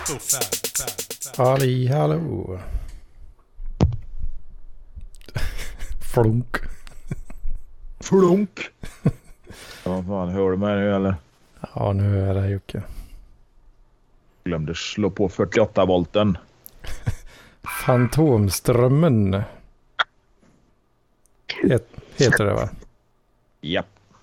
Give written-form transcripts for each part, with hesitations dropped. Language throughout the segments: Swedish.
Halli hallå. Flunk. Flunk. Ja, fan, hör du mig nu eller? Ja, nu är det Jocke. Glömde slå på 48 volten. Fantomströmmen. Heter det, va? Japp.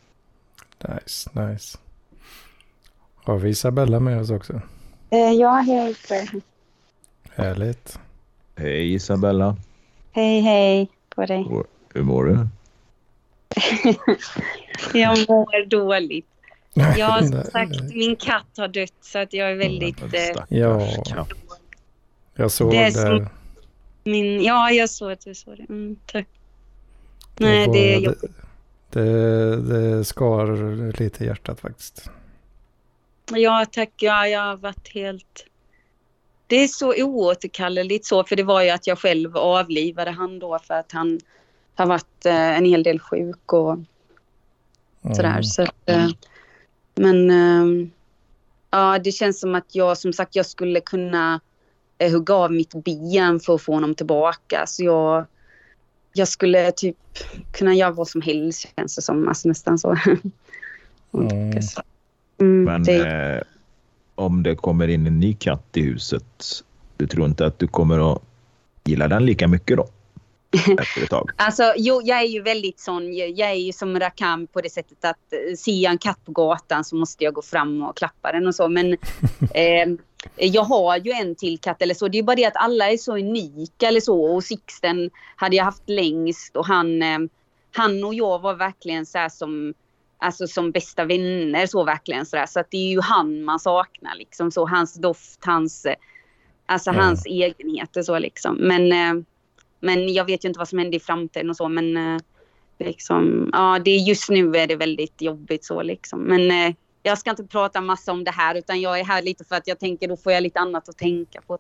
Nice. Har vi Isabella med oss också? Ja, hej. Härligt. Hej Isabella. Hej på dig. Hur mår du? Jag mår dåligt. Jag har sagt, min katt har dött så att jag är väldigt... Ja, jag såg det. det. Ja, jag såg att du såg det. Tack. Nej, det är jobbigt. Det skar lite i hjärtat faktiskt. Ja, tack. Ja, jag har varit helt... Det är så oåterkalleligt så, för det var ju att jag själv avlivade han då för att han har varit en hel del sjuk och sådär. Så att, men ja, det känns som att jag skulle kunna hugga av mitt ben för att få honom tillbaka. Så jag skulle typ kunna göra vad som helst, känns det som, alltså nästan så. Men om det kommer in en ny katt i huset, du tror inte att du kommer att gilla den lika mycket då? Efter ett tag. Alltså, jo, jag är ju väldigt sån, jag är ju som Rakam på det sättet att ser jag en katt på gatan så måste jag gå fram och klappa den och så, men jag har ju en till katt eller så, det är bara det att alla är så unika eller så, och Sixten hade jag haft längst och han och jag var verkligen så här som bästa vänner så verkligen så där, så att det är ju han man saknar liksom, så hans doft, hans egenheter så liksom, men jag vet ju inte vad som händer i framtiden och så, men liksom, ja, det är just nu är det väldigt jobbigt så liksom, men jag ska inte prata massa om det här, utan jag är här lite för att jag tänker, då får jag lite annat att tänka på.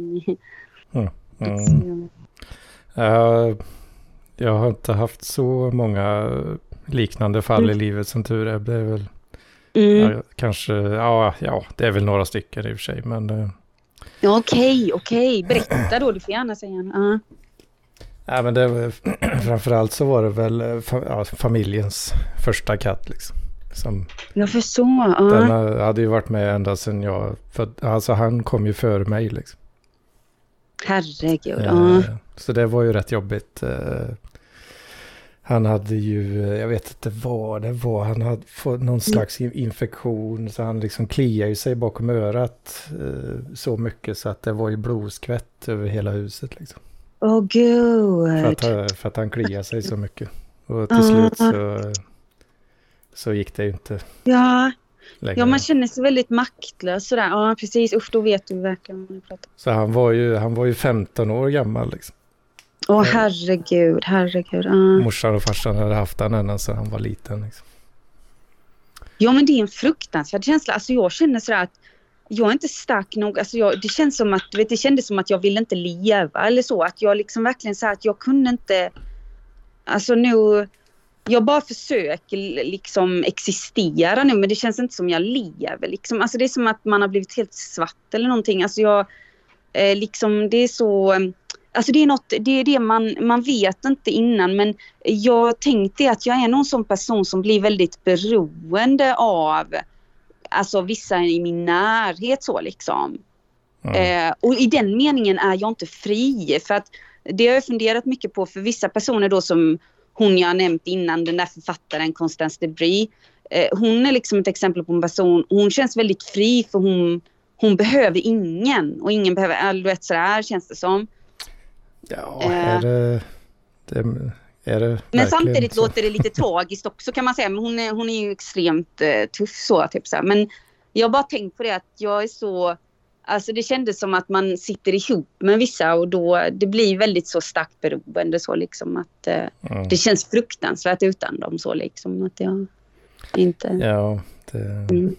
Jag har inte haft så många liknande fall i livet som tur är. Det är väl kanske, ja, det är väl några stycken i och för sig, men ja, okej. Berätta då, du får gärna säga. Ja, men det, framförallt så var det väl familjens första katt liksom. Jag förstår. Den hade ju varit med ända sedan alltså han kom ju före mig liksom. Herregud. Så det var ju rätt jobbigt. Han hade ju, jag vet inte vad det var, han hade fått någon slags infektion, så han liksom kliade ju sig bakom örat så mycket så att det var ju blodskvätt över hela huset liksom. Åh gud. För att han kliade sig så mycket. Och till slut så gick det ju inte. Ja. Längre. Ja, man känner sig väldigt maktlös sådär. Ja, precis. Usch, då vet du verkligen vad jag pratar om. Så han var ju 15 år gammal liksom. Åh, herregud. Morsan och farsan hade haft han ända så han var liten liksom. Ja, men det är en fruktansvärd känsla. Alltså jag känner sådär att jag är inte stark nog. Alltså det känns som att, det kändes som att jag ville inte leva eller så. Att jag liksom verkligen så att jag kunde inte, alltså nu, jag bara försöker liksom existera nu, men det känns inte som jag lever liksom. Alltså det är som att man har blivit helt svart eller någonting. Alltså jag, liksom det är så, alltså det är något, det är det man vet inte innan, men jag tänkte att jag är någon sån person som blir väldigt beroende av alltså vissa i min närhet så liksom. Och i den meningen är jag inte fri, för att det har jag funderat mycket på, för vissa personer då som hon jag nämnt innan, den där författaren Constance Debris, hon är liksom ett exempel på en person, hon känns väldigt fri för hon behöver ingen och ingen behöver, du vet sådär känns det som. Ja, är det men samtidigt så? Låter det lite tragiskt också kan man säga, men hon är ju extremt tuff så typ så här. Men jag har bara tänkt på det att jag är så, alltså det kändes som att man sitter ihop med vissa och då det blir väldigt så starkt beroende så liksom att det känns fruktansvärt utan dem så liksom att jag inte. Ja,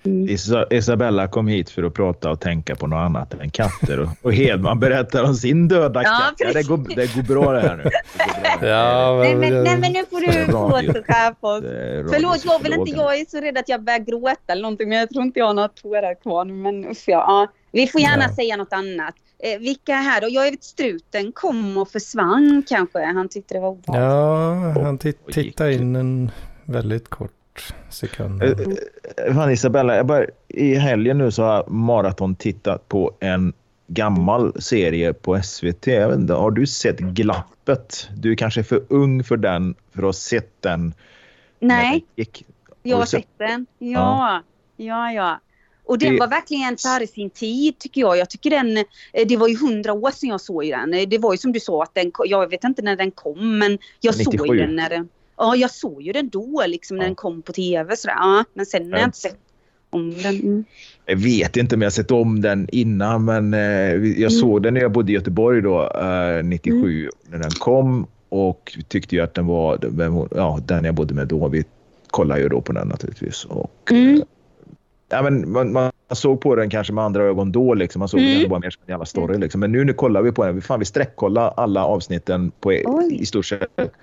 Isabella kom hit för att prata och tänka på något annat än katter. Och Hedman berättar om sin döda katt. Ja, det går bra det här nu. Nej, men nu får du återskärpa oss. Förlåt, jag är så rädd att jag börjar gråta eller någonting. Men jag tror inte jag har några tårar kvar. Men usch, vi får gärna säga något annat. Vilka är här då? Jag vet struten kom och försvann kanske. Han tyckte det var obehagligt. Ja, han tittade in en väldigt kort sekund. Fan Isabella, i helgen nu så har Maraton tittat på en gammal serie på SVT. Jag vet inte, har du sett Glappet? Du är kanske för ung för den för att ha sett den. Nej, jag har sett den. Ja. Och den var verkligen före sin tid tycker jag. Jag tycker det var ju 100 år sedan jag såg den. Det var ju som du sa att jag vet inte när den kom, men jag 97. Såg den när den... Ja, jag såg ju den då liksom när den kom på tv sådär. Ja, men sen har jag inte sett om den. Jag vet inte om jag sett om den innan, men jag såg den när jag bodde i Göteborg då 97 när den kom och tyckte ju att den var den jag bodde med då. Vi kollade ju då på den naturligtvis och men man såg på den kanske med andra ögon då liksom. Man såg den bara mer som en jävla story liksom. Men nu kollar vi på den. Vi sträckkollar alla avsnitten på i stort sett.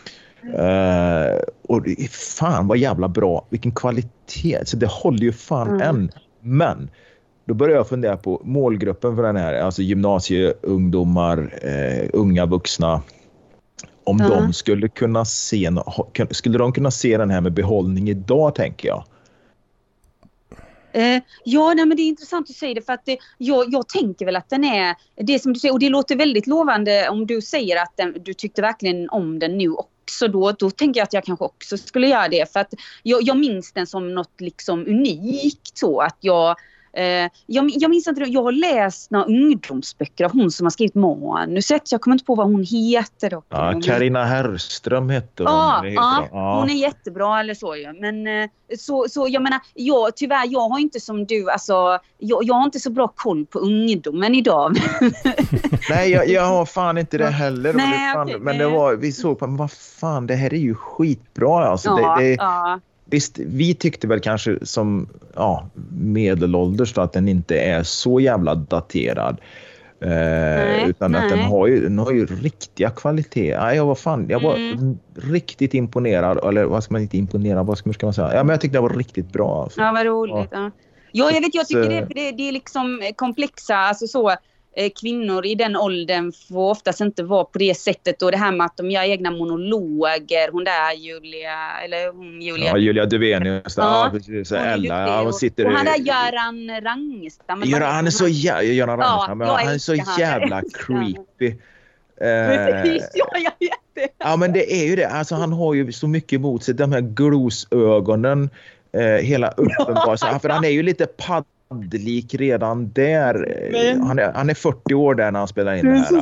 Och fan vad jävla bra, vilken kvalitet, så det håller ju fan än. Men då börjar jag fundera på målgruppen för den här, alltså gymnasieungdomar, unga vuxna, om de skulle kunna se den här med behållning idag, tänker jag. Men det är intressant att säga det, för att jag tänker väl att den är det som du säger, och det låter väldigt lovande om du säger att du tyckte verkligen om den nu också. Då tänker jag att jag kanske också skulle göra det, för att jag minns den som något liksom unikt, så att jag minns inte, jag har läst några ungdomsböcker av hon som har skrivit manuset. Jag kommer inte på vad hon heter dock. Ja, Carina Herrström heter hon. Hon är jättebra eller så ju. Men så jag menar, tyvärr jag har inte som du, alltså jag har inte så bra koll på ungdomen idag. Nej, jag har fan inte det heller. Men det var, vi såg på, men vad fan, det här är ju skitbra alltså. Visst, vi tyckte väl kanske som medelålders att den inte är så jävla daterad. Utan att den har ju riktiga kvaliteter. Jag var riktigt imponerad. Eller vad ska man inte imponera? Vad ska man säga? Ja, men jag tyckte det var riktigt bra. Alltså. Ja, vad roligt. Ja, jag tycker det är liksom komplexa, alltså så. Kvinnor i den åldern får oftast inte vara på det sättet, och det här med att de gör egna monologer, hon där Julia. Ja, Julia Duvenius. Ja, precis. Ella, och sitter och han där Göran Rangstam. Han är så han är så jävla creepy. Precis, jag vet det. Ja, men det är ju det. Alltså han har ju så mycket emot sig, de här glosögonen, hela uppenbarelsen. För han är ju lite lik redan där. Han är 40 år där när han spelar in det här.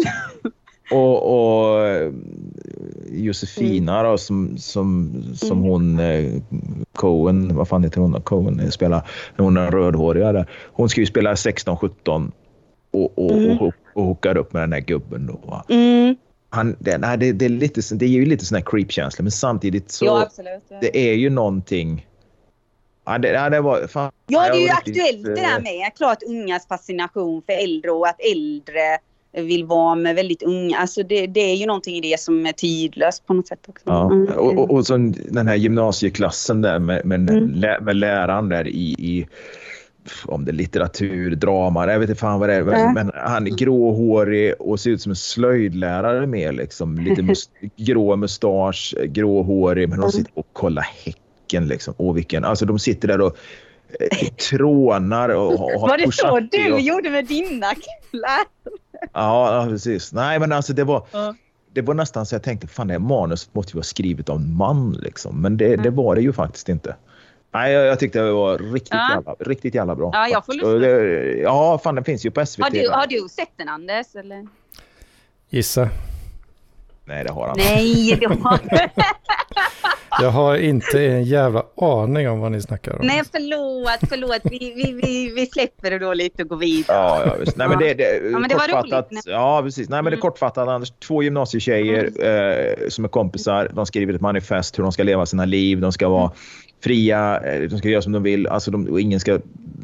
Och Josefina då, som hon Cohen, vad fan heter hon? Cohen spelar, hon är rödhårig där. Hon ska ju spela 16-17 och hookar upp med den här gubben då. Det är lite, det är ju lite sån här creep-känsla, men samtidigt så det är ju någonting. Det var fan. Ja, det är ju aktuellt det där med klart ungas fascination för äldre, och att äldre vill vara med väldigt unga. Alltså det är ju någonting i det som är tidlöst på något sätt också. Ja. Och så den här gymnasieklassen där med läraren där i om det är litteratur, drama, jag vet inte fan vad det är, men han är gråhårig och ser ut som en slöjdlärare med liksom lite grå mustasch, gråhårig, men de sitter och kollar liksom. Alltså de sitter där och trånar och har. Var det så du gjorde med dina killar? Ja, precis. Nej, men alltså det var nästan så jag tänkte, fan, det här manuset måste ju vara skrivet av en man liksom. Men det var det ju faktiskt inte. Nej, jag tyckte det var riktigt jävla bra. Ja, jag får lyssna. Ja, fan, den finns ju på SVT. Har du sett den, Anders? Eller? Gissa. Nej, det har han. Nej, det har Jag har inte en jävla aning om vad ni snackar om. Nej, förlåt. Vi släpper det då lite och går vidare. Ja, visst. Nej, men det kortfattat. Ja, precis. Nej, men det är kortfattat, Anders. 2 gymnasietjejer som är kompisar. De skriver ett manifest hur de ska leva sina liv. De ska vara fria. De ska göra som de vill. Alltså, ingen ska...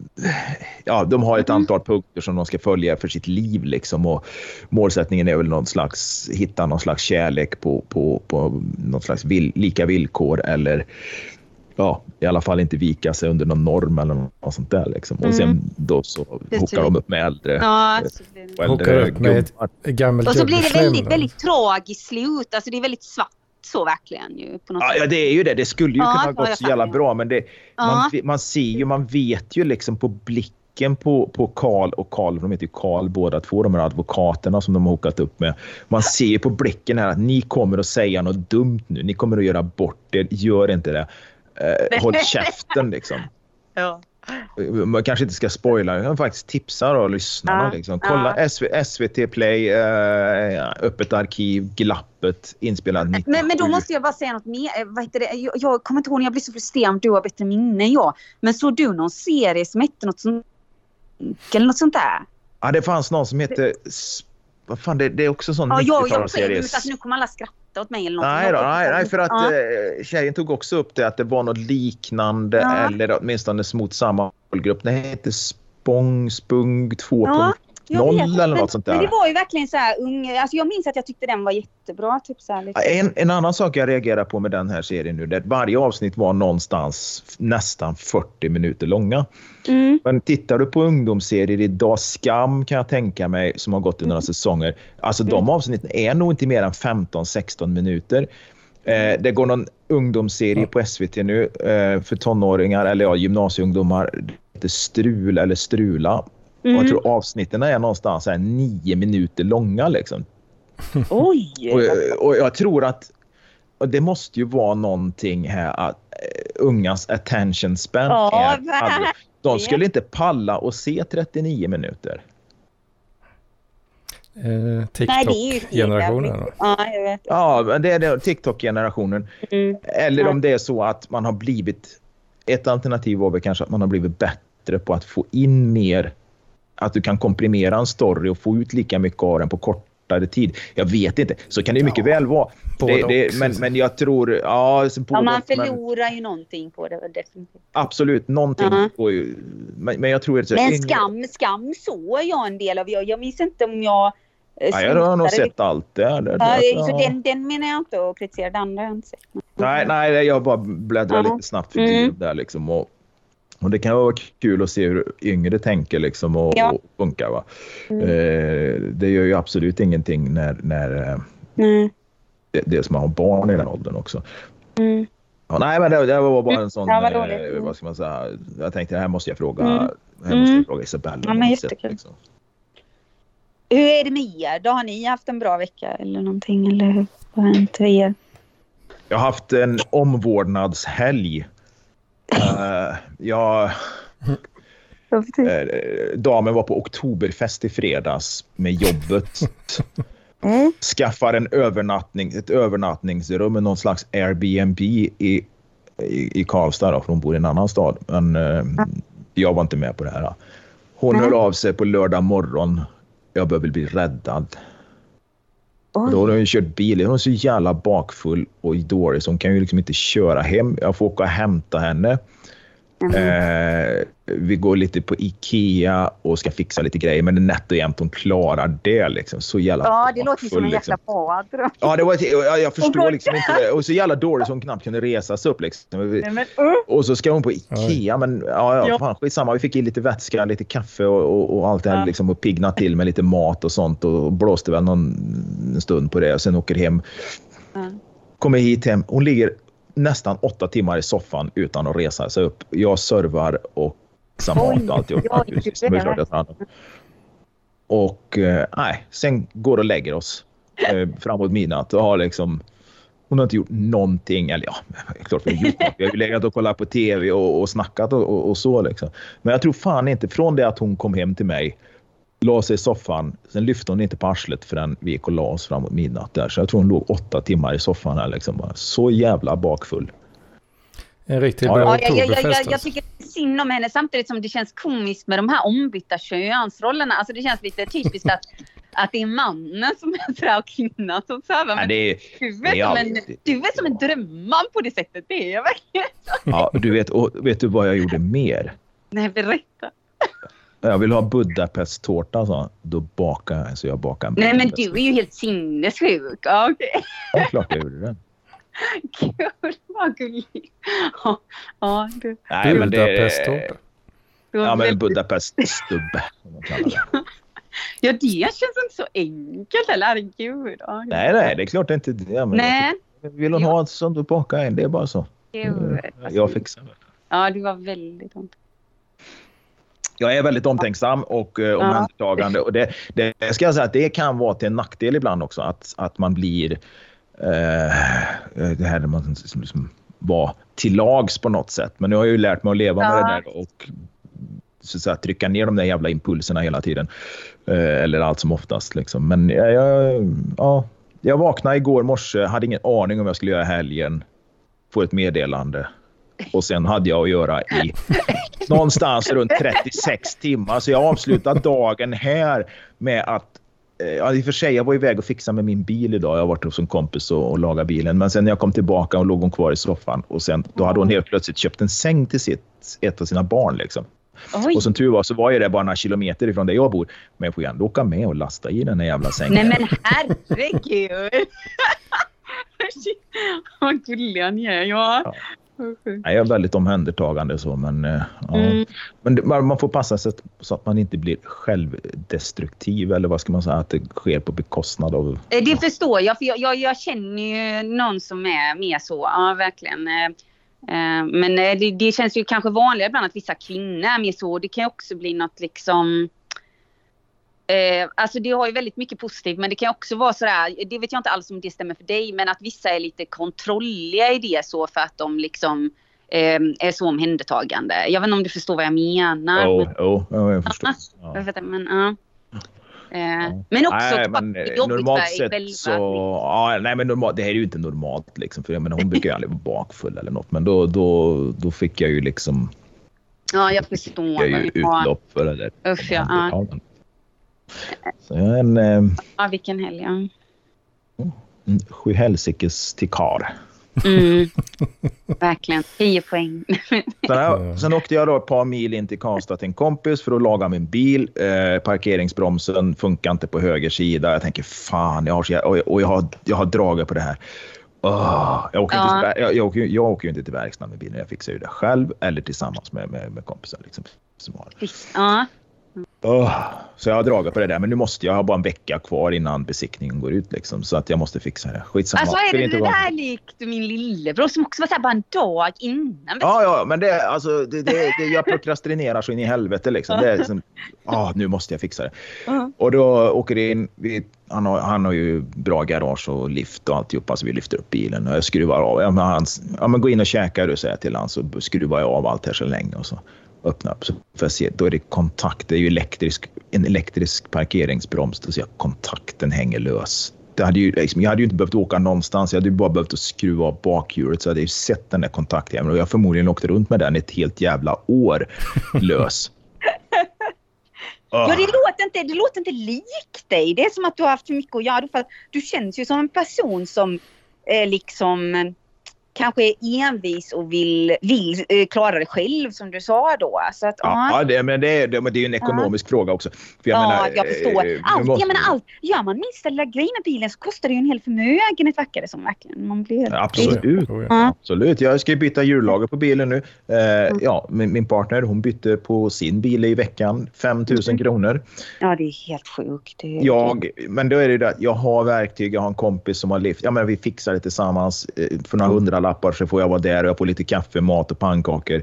Ja, de har ett antal punkter som de ska följa för sitt liv liksom, och målsättningen är väl hitta någon slags kärlek på någon slags lika villkor, eller ja, i alla fall inte vika sig under någon norm eller något sånt där liksom. Och sen då så hookar de upp med äldre hookar upp med ett gammalt. och så blir det väldigt, väldigt tragiskt slut, alltså det är väldigt svart så verkligen ju på något sätt. Ja, det är ju det. Det skulle ju kunna gå så jävla bra, men man ser ju, man vet ju liksom på blicken på Karl, de heter ju Karl båda två, de här advokaterna som de har hookat upp med. Man ser ju på blicken här att ni kommer att säga något dumt nu. Ni kommer att göra bort det. Gör inte det. Håll käften liksom. Ja. Man kanske inte ska spoila, jag kan faktiskt tipsa då lyssnarna liksom. Kolla SVT Play, öppet arkiv, Glappet, inspelad 97. Men då måste jag bara säga något mer. Vad heter det? Jag kommer inte ihåg, jag blir så frustrerad, du har bättre minne än jag. Men såg du någon serie som hette något som eller något sånt där? Ja, det fanns någon som hette vad fan, det är också sån 90-talsserie. Nu kommer alla skratta åt mig eller något. Nej, för att tjejen tog också upp det att det var något liknande eller åtminstone mot samma målgrupp. Det heter Spung 2.0 eller något sånt där. Men det var ju verkligen så här alltså jag minns att jag tyckte den var jättebra typ så här lite. En annan sak jag reagerar på med den här serien nu, där varje avsnitt var någonstans nästan 40 minuter långa. Men tittar du på ungdomsserier idag, Skam kan jag tänka mig, som har gått i några säsonger, alltså de avsnitten är nog inte mer än 15-16 minuter. Det går någon ungdomsserie på SVT nu för tonåringar eller gymnasieungdomar, det heter Strul eller Strula. Och jag tror avsnitten är någonstans här 9 minuter långa liksom. Oj! Och jag tror att det måste ju vara någonting här att ungas attention span är de skulle inte palla och se 39 minuter. TikTok-generationen. Ja, jag vet. Ja, men det är TikTok-generationen. Eller om det är så att man har blivit, ett alternativ var väl kanske att man har blivit bättre på att få in mer, att du kan komprimera en story och få ut lika mycket av den på kortare tid. Jag vet inte. Så kan det mycket väl vara. Men jag tror... man förlorar ju någonting på det definitivt. Absolut, någonting. Men jag tror att... Men skam såg jag en del av. Jag minns inte om jag... jag har nog sett allt det. Så den menar jag inte och kritiserar, den andra har jag inte sett. Nej, jag bara bläddrar lite snabbt för där liksom. Och det kan vara kul att se hur yngre tänker liksom och funkar, va. Det gör ju absolut ingenting när det som har barn i den åldern också. Ja, nej, men det var bara en sån vad ska man säga, jag tänkte det här måste jag fråga Isabella. Ja, men jättekul. Liksom. Hur är det med er? Då har ni haft en bra vecka eller någonting, eller hur har det hänt er? Jag har haft en omvårdnadshelg. Damen var på oktoberfest i fredags med jobbet. Skaffar ett övernattningsrum med någon slags Airbnb i Karlstad då, för hon bor i en annan stad. Men jag var inte med på det här. Hon höll av sig på lördag morgon. Jag behöver bli räddad. Då har hon kört bil. Hon är så jävla bakfull och dålig så hon kan ju liksom inte köra hem. Jag får åka och hämta henne. Vi går lite på Ikea och ska fixa lite grejer, men det är nätt och jämnt hon klarar det liksom. Så jävla det låter som en jäkla fadr. Ja, det var jag förstår liksom inte det. Och så jävla dålig så hon knappt kunde resa sig upp liksom. Och så ska hon på Ikea, men fan, skitsamma. Vi fick i lite vätska, lite kaffe och allt det här liksom, och pigna till med lite mat och sånt, och blåste väl en stund på det och sen åker hem. Kommer hit hem. Hon ligger nästan 8 timmar i soffan utan att resa sig upp. Jag servar och mat och alltihop. Och sen går och lägger oss framåt midnatt och har liksom, hon har inte gjort någonting, eller klart vi har gjort något. Vi har ju legat och kollat på tv och snackat och så liksom. Men jag tror fan inte, från det att hon kom hem till mig la sig i soffan. Sen lyfte hon inte på arslet förrän vi gick och la oss framåt midnatt där. Så jag tror hon låg 8 timmar i soffan här liksom. Bara så jävla bakfull. En riktigt bra oktoberfest. Jag tycker synd om henne samtidigt som det känns komiskt med de här ombytta könsrollerna. Alltså det känns lite typiskt att det är mannen som är sådär och kvinnan som söver. Men du är som en drömman på det sättet. Det är jag verkligen. Ja, vet du vad jag gjorde mer? Nej, berätta. Jag vill ha Budapest-tårta, så då bakar jag. Så jag bakar. Nej, men du är ju helt sinnessjuk. Ja, okej. Ja, klart jag gjorde det. Gud, vad gulligt. Ja, du. Nej, men Budapest-tårta. Ja, men Budapest-stubbe. Ja, det känns inte så enkelt, eller herregud. Ja, nej, det är klart inte det. Ja, nej. Vill hon ha ett som du bakar in, det är bara så. Jag fixar det. Ja, du var väldigt omtänksam. Jag är väldigt omtänksam och omhändertagande. Och det ska jag säga att det kan vara till en nackdel ibland också. Att man blir det här där man liksom var till lags på något sätt. Men nu har jag ju lärt mig att leva med det där och så att säga, trycka ner de där jävla impulserna hela tiden. Eller allt som oftast liksom. Men jag vaknade igår morse, hade ingen aning om jag skulle göra helgen. Få ett meddelande. Och sen hade jag att göra i någonstans runt 36 timmar. Så jag avslutade dagen här med att i och för sig, jag var iväg och fixa med min bil idag. Jag har varit hos en kompis och lagat bilen. Men sen när jag kom tillbaka och låg hon kvar i soffan. Och sen, då hade hon helt plötsligt köpt en säng till ett av sina barn liksom. Oj. Och som tur var så var ju det bara några kilometer ifrån där jag bor. Men jag får ju ändå åka med och lasta i den här jävla sängen. Nej men herregud. Vad gulliga ni är, ja. Jag är väldigt omhändertagande så, men men man får passa sig så att man inte blir självdestruktiv, eller vad ska man säga, att det sker på bekostnad av. Det förstår jag, för jag känner ju någon som är mer så, ja verkligen. Men det känns ju kanske vanligare ibland att vissa kvinnor är mer så. Det kan ju också bli något liksom. Alltså det har ju väldigt mycket positivt, men det kan också vara sådär, det vet jag inte alls om det stämmer för dig, men att vissa är lite kontrolliga i det så för att de liksom är så omhändertagande. Jag vet inte om du förstår vad jag menar. Jag förstår. Men också normalt sett så men normalt, det här är ju inte normalt liksom, för jag menar, hon brukar ju aldrig vara bakfull eller något, men då fick jag ju liksom jag förstår. Jag ju utlopp för det där. Usch, så jag är en vilken helg. Sjuhelsikes till kar. Verkligen, 10 poäng. Sen åkte jag då ett par mil in till Karlstad till en kompis för att laga min bil. Parkeringsbromsen funkar inte på höger sida. Jag tänker fan, jag har dragit på det här. Jag åker ju inte till verkstaden med bilen. Jag fixar ju det själv eller tillsammans med kompisar liksom, som har. Så jag har dragit på det där, men nu måste jag ha bara en vecka kvar innan besiktningen går ut liksom, så att jag måste fixa det. Skitsamma. Alltså är det där likt min lillebror som också var så här bara en dag innan? Ja, men det alltså det jag prokrastinerar så in i helvete liksom. Det är liksom, nu måste jag fixa det. Och då åker det in, han har ju bra garage och lift och alltihopa, så vi lyfter upp bilen och jag skruvar av. Men gå in och käka, du säger till han, så skruvar jag av allt här så länge och så öppna upp, så får jag se, då är det kontakt, det är ju en elektrisk parkeringsbroms, då ser jag kontakten hänger lös. Jag hade ju inte behövt åka någonstans, jag hade ju bara behövt att skruva av bakhjulet, så hade jag ju sett den där kontaktjäveln, och jag förmodligen åkte runt med den ett helt jävla år lös. Ja, det låter inte likt dig. Det är som att du har haft för mycket att göra, för att du känns ju som en person som liksom kanske är envis och vill klara det själv, som du sa då. Så att, men det är ju en ekonomisk fråga också. För jag förstår. Allt. Gör man minsta lilla grej med bilen så kostar det ju en hel förmögenhet, verkar det som verkligen. Man blir Absolut. Jag ska ju byta hjullager på bilen nu. Min partner, hon bytte på sin bil i veckan 5 000 kronor. Ja, det är helt sjukt. Men då är det att jag har verktyg, jag har en kompis som har lift. Ja, men vi fixar det tillsammans för några 100 lappar, så får jag vara där och jag får lite kaffe, mat och pannkakor.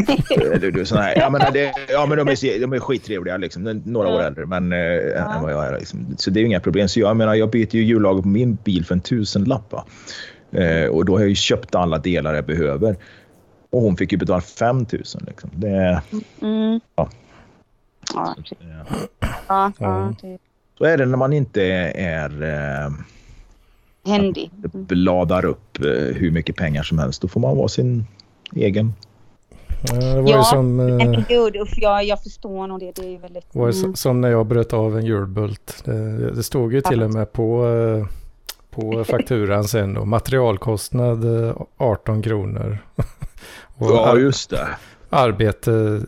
Men de är skittrevliga liksom, några år äldre, men än vad jag är liksom. Så det är ju inga problem. Så jag byter ju hjullager på min bil för 1000 lappar. Och då har jag ju köpt alla delar jag behöver. Och hon fick ju betala 5 000 liksom. Det Ja. Så är det när man inte är händig. Bladar upp hur mycket pengar som helst. Då får man vara sin egen. Det var ju som... jag förstår nog det. Det är väldigt... var ju som när jag bröt av en hjulbult. Det stod ju till och med på fakturan sen då. Materialkostnad 18 kronor. Ja, just det. Arbete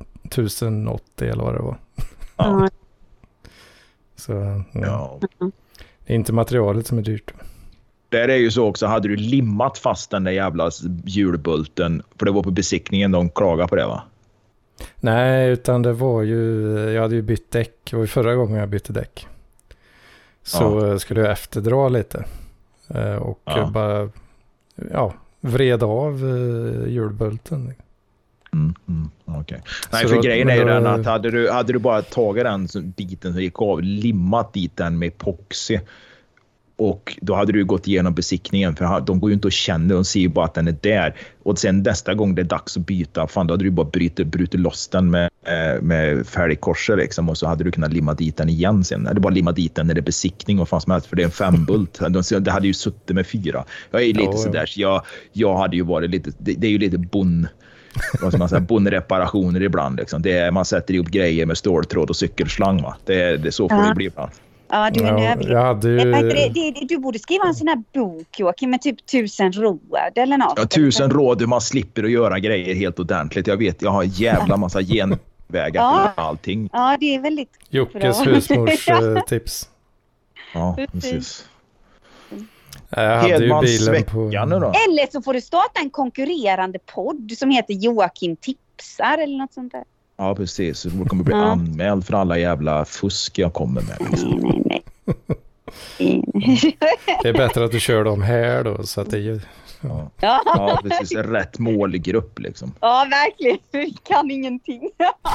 1080 eller vad det var. Ja. Så det är inte materialet som är dyrt. Där är ju så också, hade du limmat fast den där jävla hjulbulten, för det var på besiktningen de klagade på det, va? Nej, utan det var ju, jag hade ju bytt däck, det var ju förra gången jag bytte däck. Så skulle jag efterdra lite och bara vred av hjulbulten. Okay. Nej, för grejen är ju den att hade du bara tagit den biten som gick av, limmat dit den med epoxy, och då hade du gått igenom besiktningen, för de går ju inte och känner, de ser ju bara att den är där, och sen nästa gång det är dags att byta, fan, då hade du bara brutit loss den med färgkorser liksom, och så hade du kunnat limma dit den igen sen, eller bara limma dit den när det är besiktning och fan som helst, för det är en 5-bult. Det hade ju suttit med 4. Jag är lite sådär, så jag hade ju varit lite, det är ju lite vad ska man säga, bonnreparationer ibland liksom. Det är, man sätter ihop grejer med ståltråd och cykelslang, va? Det är så får det bli ibland. Ja, du är jag hade ju... du borde skriva en sån här bok, Joakim, med typ 1000 råd eller något. Ja, 1000 råd, man slipper att göra grejer helt ordentligt. Jag vet, jag har en jävla massa genvägar för allting. Ja, det är väldigt Jockes husmors tips. Ja, precis. Jag hade ju bilen på... nu då. Eller så får du starta en konkurrerande podd som heter Joakim tipsar eller något sånt där. Ja, precis. Så du kommer bli anmäld för alla jävla fusk jag kommer med. Liksom. Nej. Det är bättre att du kör dem här då, så att det är ju... Ja, precis. Rätt målgrupp liksom. Ja, verkligen. Vi kan ingenting.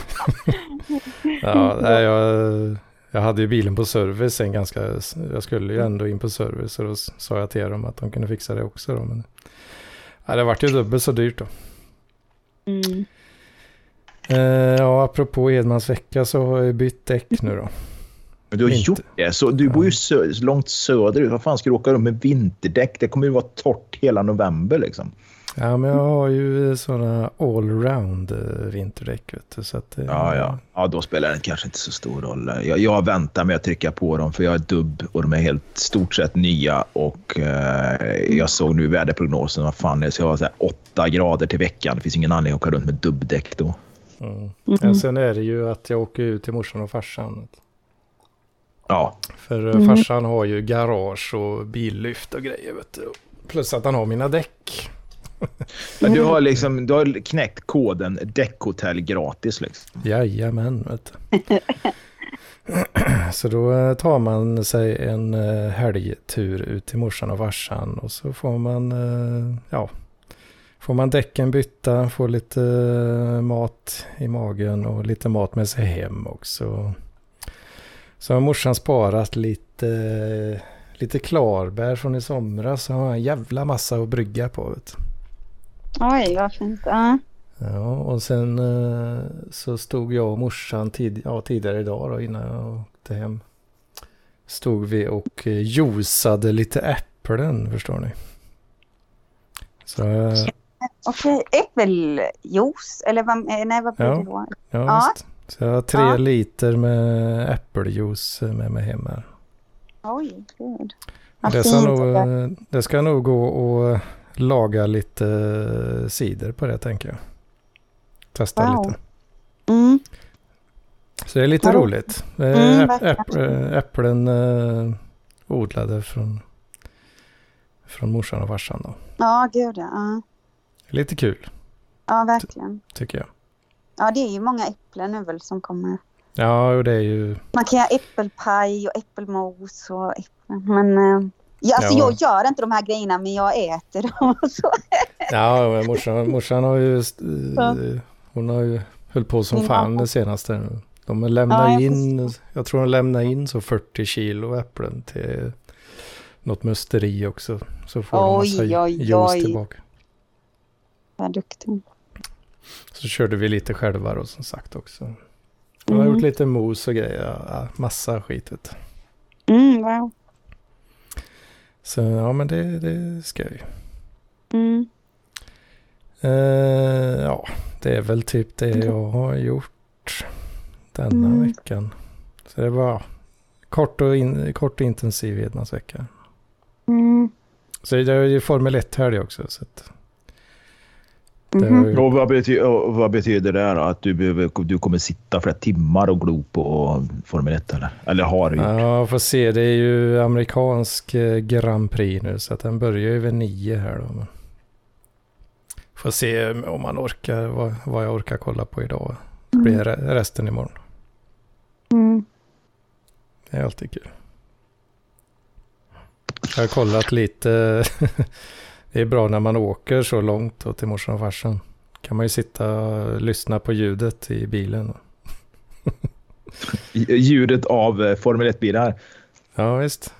Jag hade ju bilen på service jag skulle ju ändå in på service, och då sa jag till dem att de kunde fixa det också då, men det vart ju dubbelt så dyrt då. Apropå Edmans vecka så har jag bytt däck nu då. Men du har gjort det, så du bor ju långt söderut. Vad fan ska du åka runt med vinterdäck? Det kommer ju vara torrt hela november liksom. Ja, men jag har ju sådana allround vinterdäck, vet du, så att Ja, då spelar det kanske inte så stor roll. Jag väntar med att trycka på dem, för jag är dubb och de är helt stort sett nya, och jag såg nu väderprognosen, vad fan det är, så jag har så här 8 grader till veckan. Det finns ingen anledning att åka runt med dubbdäck då. Ja, sen är det ju att jag åker ut till morsan och farsan. Ja. För farsan har ju garage och billyft och grejer, vet du. Plus att han har mina däck. Men du har knäckt koden däckhotell gratis liksom. Jajamän, vet du. Så då tar man sig en helgtur ut till morsan och farsan, och så får man däcken bytta, får lite mat i magen och lite mat med sig hem också. Så har morsan sparat lite klarbär från i somras, så har han en jävla massa att brygga på, vet du. Oj, vad fint. Ja, och sen så stod jag och morsan tidigare idag då, innan jag åkte hem. Stod vi och juicade lite äpplen, förstår ni. Så... Okej, äppeljuice, eller vad blir det då? Ja, visst. Så jag har 3 liter med äppeljuice med mig hem här. Oj, gud. Det ska nog gå och laga lite cider på det, tänker jag. Testa lite. Så det är lite roligt. Äpplen odlade från morsan och farsan då. Ja, gud ja. Lite kul. Ja, verkligen. Tycker jag. Ja, det är ju många äpplen nu väl som kommer. Ja, och det är ju... Man kan göra äppelpaj och äppelmos och äpplen. Men jag gör inte de här grejerna, men jag äter dem och så. Ja, men morsan har ju... Hon har ju höll på som fan det senaste. De lämnar jag tror de lämnar in så 40 kilo äpplen till något musteri också. Så får de massa juice tillbaka. Vad duktig. Så körde vi lite själva då, som sagt också. Jag har gjort lite mos och grejer. Ja, massa skit. Vet du. Wow. Så ja, men det ska jag ju. Ja, det är väl typ det jag har gjort denna veckan. Så det var kort och intensiv hednadsvecka. Så det är ju Formel 1 här det också. Så att och vad betyder det då? Att du kommer sitta flera timmar och glo på Formel 1 eller har du gjort? Ja, får se. Det är ju amerikansk Grand Prix nu så att den börjar ju vid 9 här då. Får se om man orkar, vad jag orkar kolla på idag. Det blir resten imorgon. Det är alltid kul. Jag har kollat lite. Det är bra när man åker så långt då till morsan och farsan. Kan man ju sitta och lyssna på ljudet i bilen. Ljudet av Formel 1-bilar. Ja, visst.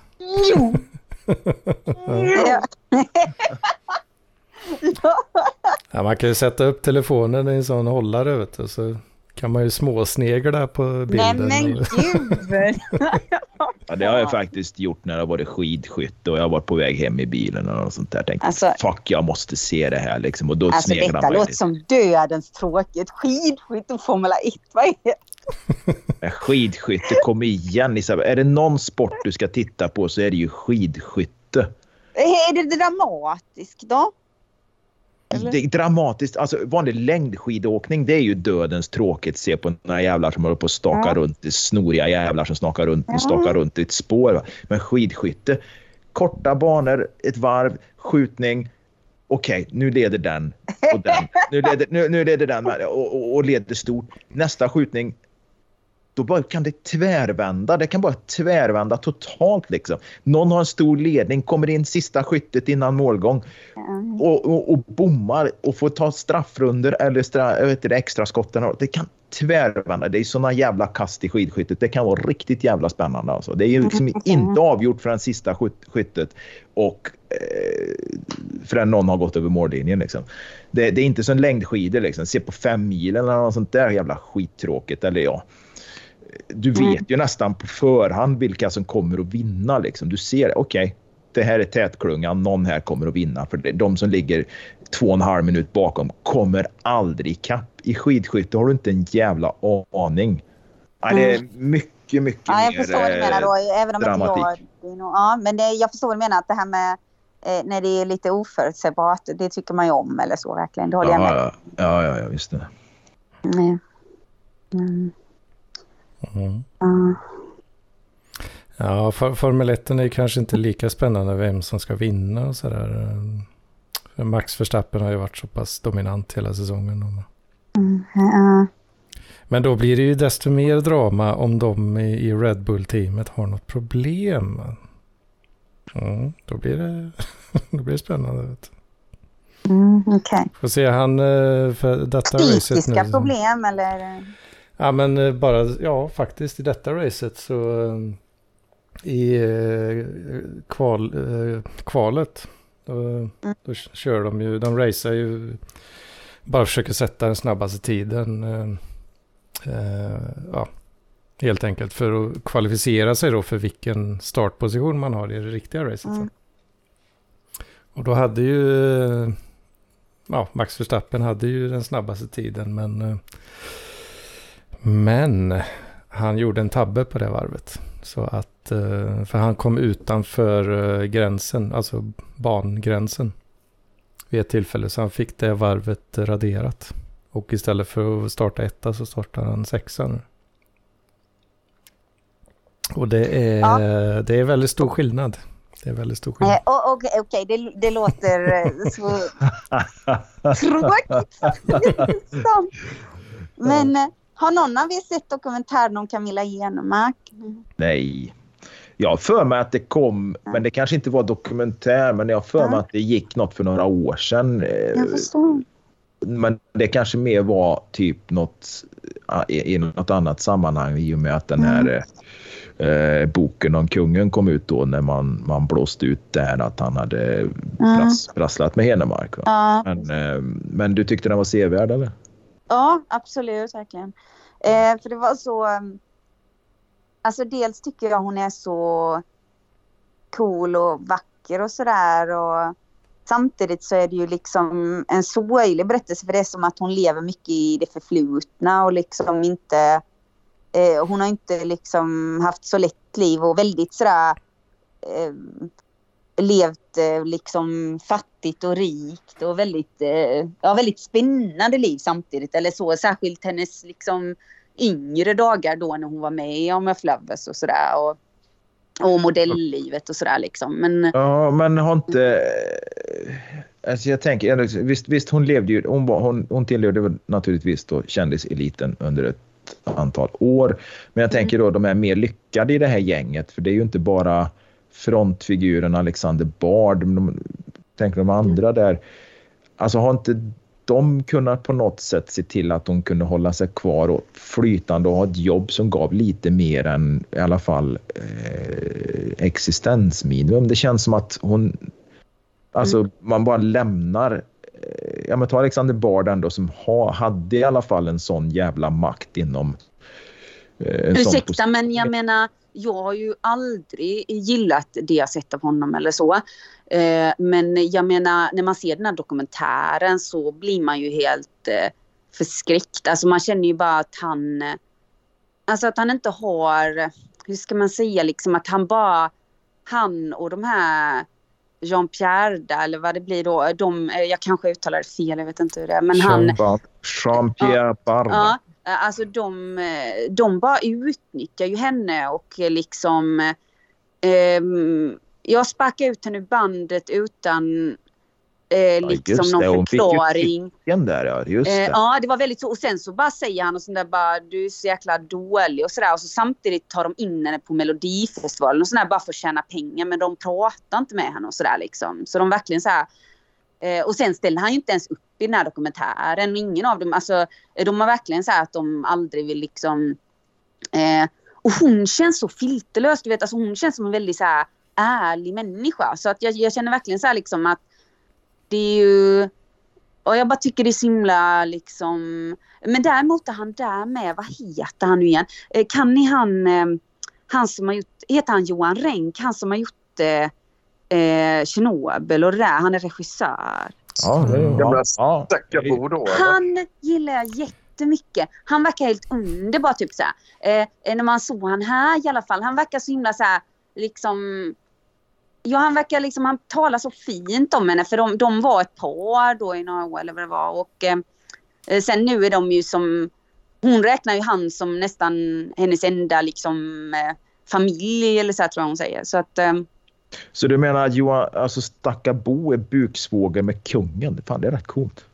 Ja, man kan ju sätta upp telefonen i en sån hållare, vet du, så kan man ju småsnegla på bilden. Nej, men gud! Ja, det har jag faktiskt gjort när det var skidskytte och jag var på väg hem i bilen och något sånt där. Tänkte, fuck, jag måste se det här liksom. Och då sneglar detta låter som dödens tråkigt. Skidskytte och Formel 1, vad är det? Skidskytte, kom igen Isabel. Är det någon sport du ska titta på så är det ju skidskytte. Är det dramatiskt då? Det är dramatiskt. Alltså vanlig längdskidåkning, det är ju dödens tråkigt. Se på några jävlar som håller på att staka runt, snoriga jävlar som stakar runt i ett spår. Va? Men skidskytte, korta banor, ett varv, skjutning. Okej, nu leder den och den. Nu leder den och leder stort. Nästa skjutning, då bara kan det tvärvända. Det kan bara tvärvända totalt liksom. Någon har en stor ledning, kommer in sista skyttet innan målgång och bommar och får ta straffrunder eller extra skotten. Det kan tvärvända. Det är såna jävla kast i skidskyttet. Det kan vara riktigt jävla spännande alltså. Det är ju liksom inte avgjort för den sista skyttet och förrän någon har gått över mållinjen liksom. Det är inte som längdskidor liksom. Se på 5 mil eller något sånt där jävla skittråkigt eller ja. Du vet ju nästan på förhand vilka som kommer att vinna liksom. Du ser, okej, det här är tätklungan, någon här kommer att vinna, för de som ligger 2,5 minut bakom kommer aldrig kapp. I skidskytte har du inte en jävla aning. Ja, det är mycket mer jag förstår vad du menar då, även om dramatik. Jag förstår vad du menar, att det här med när det är lite oförutsägbart, det tycker man ju om eller så verkligen. Det håller jag med. Ja, visst det. Ja, Formel 1 är kanske inte lika spännande vem som ska vinna och sådär. Max Verstappen har ju varit så pass dominant hela säsongen. Men då blir det ju desto mer drama om de i Red Bull-teamet har något problem. Då blir det spännande. Vet du. Okay. Får se han för detta racet nu. Problem eller? Ja, men bara, faktiskt i detta racet så i kvalet då kör de racear ju, bara försöker sätta den snabbaste tiden helt enkelt för att kvalificera sig då för vilken startposition man har i det riktiga racet. Och då hade ju Max Verstappen hade ju den snabbaste tiden, men han gjorde en tabbe på det varvet. Så att, för han kom utanför gränsen, alltså bangränsen vid ett tillfälle. Så han fick det varvet raderat. Och istället för att starta 1 så startar han 6 nu. Och det är väldigt stor skillnad. Det är väldigt stor skillnad. Okej, det låter så tråkigt. Men har någon av er sett dokumentären om Camilla Genemark? Nej. Jag för mig att det kom, men det kanske inte var dokumentär, men jag för mig att det gick något för några år sedan. Jag förstår. Men det kanske mer var typ något i något annat sammanhang i och med att den här boken om kungen kom ut då när man blåste ut där att han hade prasslat med Henemark. Va? Men du tyckte den var sevärd eller? Ja, absolut, verkligen. För det var så... Alltså dels tycker jag hon är så cool och vacker och sådär. Och samtidigt så är det ju liksom en sorglig berättelse. För det är som att hon lever mycket i det förflutna. Och liksom inte... hon har inte liksom haft så lätt liv och väldigt sådär... levt liksom fattigt och rikt och väldigt spännande liv samtidigt, eller så, särskilt hennes liksom yngre dagar då när hon var med i Om Flowers och sådär, och modelllivet och sådär liksom. Men ja, men har inte alltså jag tänker visst hon levde ju, hon tillhörde naturligtvis då kändiseliten under ett antal år, men jag tänker då de är mer lyckade i det här gänget, för det är ju inte bara frontfiguren Alexander Bard, tänker de andra där, alltså har inte de kunnat på något sätt se till att de kunde hålla sig kvar och flytande och ha ett jobb som gav lite mer än i alla fall existensminimum. Det känns som att hon, alltså man bara lämnar, ja men ta Alexander Bard ändå som hade i alla fall en sån jävla makt inom ursäkta, men jag menar, jag har ju aldrig gillat det jag sett av honom eller så. Men jag menar, när man ser den här dokumentären så blir man ju helt förskräckt. Alltså man känner ju bara att han inte har, hur ska man säga, liksom att han och de här Jean-Pierre eller vad det blir då, jag kanske uttalar det fel, jag vet inte hur det är, men Jean-Pierre Barda. Ja. Alltså de bara utnyttjar ju henne och liksom jag sparkar ut henne ur bandet utan liksom någon förklaring. Där, just det. Ja, det var väldigt så. Och sen så bara säger han och sånt där bara, du är så jäkla dålig och sådär. Och så samtidigt tar de in henne på Melodifestivalen och sådär bara för att tjäna pengar. Men de pratar inte med henne och sådär liksom. Så de verkligen så här. Och sen ställer han ju inte ens upp i den här dokumentären. Ingen av dem, alltså de har verkligen så här att de aldrig vill liksom och hon känns så filterlös, du vet, alltså hon känns som en väldigt så här ärlig människa. Så att jag känner verkligen så här liksom att det är ju, och jag bara tycker det är så himla liksom, men däremot är han där med, vad heter han nu igen? Kan ni han som har gjort, heter han Johan Renck, han som har gjort Chernobyl och det där, han är regissör. Ja, det är gamla Stackabo då. Han gillar jag jättemycket. Han verkar helt underbar typ så här. När man såg han här i alla fall, han verkar så himla så här liksom, ja han verkar liksom, han talar så fint om henne, för de var ett par då i några år eller vad det var, och sen nu är de ju som, hon räknar ju han som nästan hennes enda liksom familj eller så här, tror jag hon säger. Så att så du menar att Johan, alltså Stackabo är buksvåger med kungen? Fan, det är rätt coolt.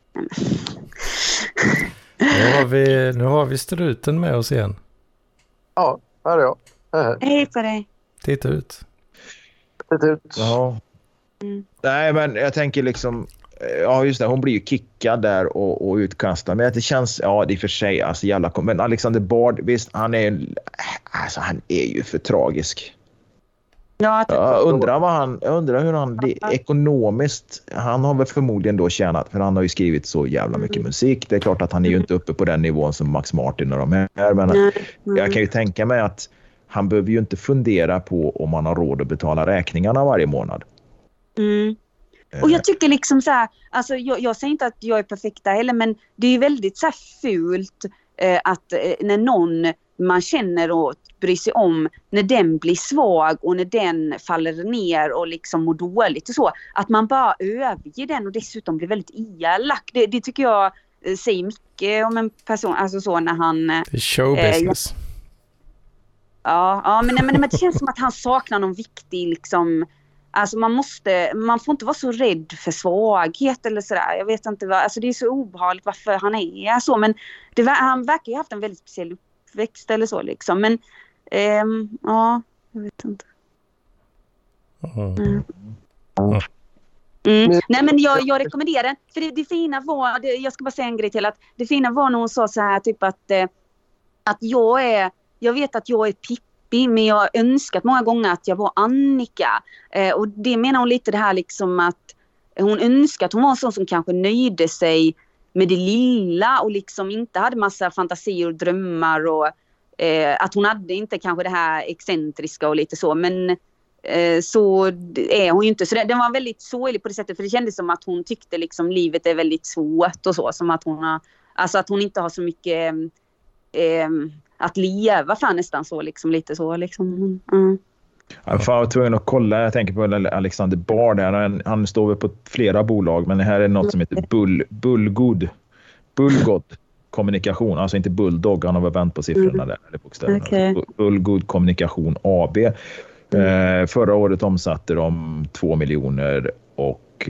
Nu har vi struten med oss igen. Ja, här är jag. Hej på dig. Titta ut. Ja. Nej, men jag tänker liksom, ja just det, hon blir ju kickad där och utkastad. Men det känns, ja det är för sig, alltså jävla, men Alexander Bard, visst, han är ju för tragisk. Ja, jag undrar hur han ekonomiskt, han har väl förmodligen då tjänat, för han har ju skrivit så jävla mycket musik. Det är klart att han är ju inte uppe på den nivån som Max Martin och de här, men jag kan ju tänka mig att han behöver ju inte fundera på om man har råd att betala räkningarna varje månad. Och jag tycker liksom så här, alltså jag säger inte att jag är perfekta heller, men det är ju väldigt så här fult att när någon man känner och bryr sig om, när den blir svag och när den faller ner och liksom mår dåligt och så, att man bara överger den och dessutom blir väldigt elak. Det tycker jag säger mycket om en person, alltså så när han... Det är showbusiness. Ja, men det känns som att han saknar någon viktig liksom, alltså man får inte vara så rädd för svaghet eller sådär. Jag vet inte vad, alltså det är så obehagligt varför han är så, men han verkar ju ha haft en väldigt speciell uppväxt eller så liksom, men ja, jag vet inte. Nej, men jag rekommenderar den, för det fina var, jag ska bara säga en grej till, att det fina var när hon sa så här typ att jag vet att jag är Pippi, men jag har önskat många gånger att jag var Annika. Och det menar hon lite det här liksom att hon önskar att hon var en sån som kanske nöjde sig med det lilla och liksom inte hade massa fantasier och drömmar och att hon hade inte kanske det här excentriska och lite så, men så är hon ju inte. Så den var väldigt sorglig på det sättet, för det kändes som att hon tyckte liksom livet är väldigt svårt och så, som att hon har, alltså att hon inte har så mycket att leva för, nästan så liksom, lite så liksom. Jag var tvungen att kolla. Jag tänker på Alexander Bard där. Han står väl på flera bolag, men det här är något som heter Bullgod kommunikation, alltså inte Bulldog, han har väl vänt på siffrorna där, eller bokstäverna. Okay. Bullgod kommunikation AB. Förra året omsatte de 2 miljoner och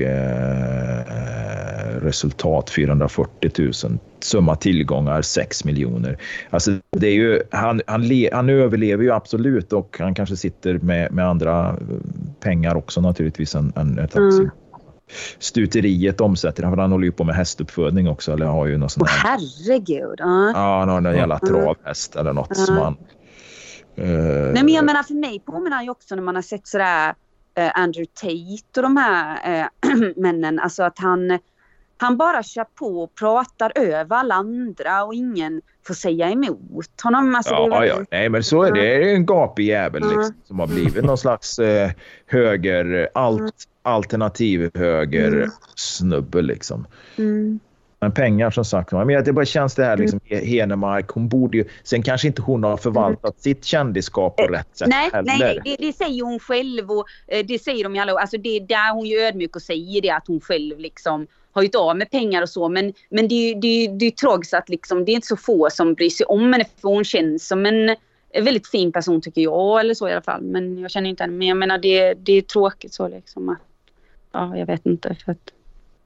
resultat 440 000, summa tillgångar 6 miljoner. Alltså det är ju, han överlever ju absolut, och han kanske sitter med andra pengar också naturligtvis än ett aktie. Stuteriet omsätter, för han håller ju på med hästuppfödning också, eller har ju något sånt här. Herregud. Ja, han har en jävla travhäst eller något som han... Nej, men jag menar, för mig påminner ju också när man har sett sådär Andrew Tate och de här männen, alltså att han bara kör på och pratar över alla andra och ingen får säga emot honom. Alltså, nej, men så är det. Det är en gapig jävel liksom, som har blivit någon slags höger, alternativ höger snubbe liksom. Men pengar som sagt, men det bara känns det här liksom, Henemark, hon borde ju, sen kanske inte hon har förvaltat sitt kändisskap på rätt sätt heller. Nej, det säger hon själv, och det säger de ju alla, alltså det där hon ju ödmjuk och säger det, att hon själv liksom har ju av med pengar och så, men det är ju tragiskt att liksom, det är inte så få som bryr sig om henne, för hon känns som en väldigt fin person, tycker jag, eller så i alla fall, men jag känner inte henne, men jag menar det är tråkigt så liksom, att ja, jag vet inte, för att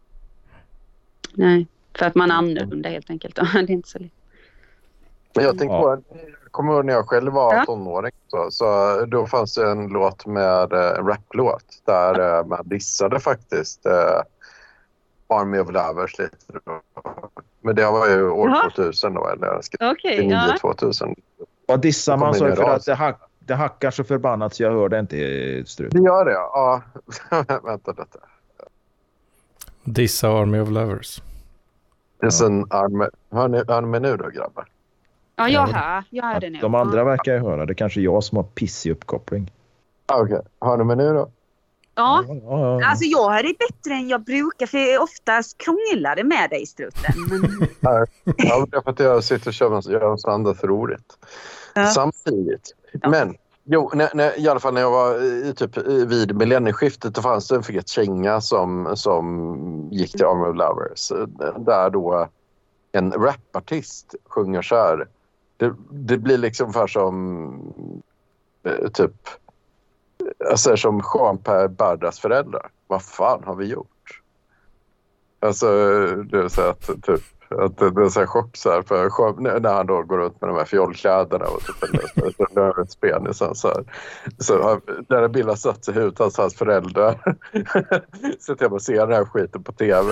nej, för att man är annorlunda helt enkelt. Det är inte så lätt. Men jag tänkte på, kommer ihåg när jag själv var tonåring, så då fanns det en låt med en raplåt där man dissade faktiskt Army of Lovers lite. Men det var ju år 2000 då, eller 2000. Vad dissar man så för att det hackar så förbannat så jag hör det inte i strut. Det gör det, ja. Vänta detta. Dissa Army of Lovers. Det är en hör ni nu då, grabbar? Ja, jag hör det nu. De andra verkar ju höra. Det är kanske jag som har pissig uppkoppling. Okej. Hör ni mig nu då? Ja. Alltså jag hör det bättre än jag brukar, för oftast krånglar det med dig, struten. Men... Ja, det är för att jag sitter och gör en sån för roligt. Samtidigt. Ja. Men i alla fall när jag var vid millennieskiftet, då fanns det en känga som gick till Army of Lovers, där då en rapartist sjunger så här. Det blir liksom för som alltså som Jean-Pierre Bardas föräldrar. Vad fan har vi gjort? Alltså det är så att typ att det är så här chock så här, för när han då går runt med de här fjollkläderna och typ lövet spenisen så här. Så där en bild har satt sig ut av hans föräldrar. Så att jag bara ser den här skiten på tv.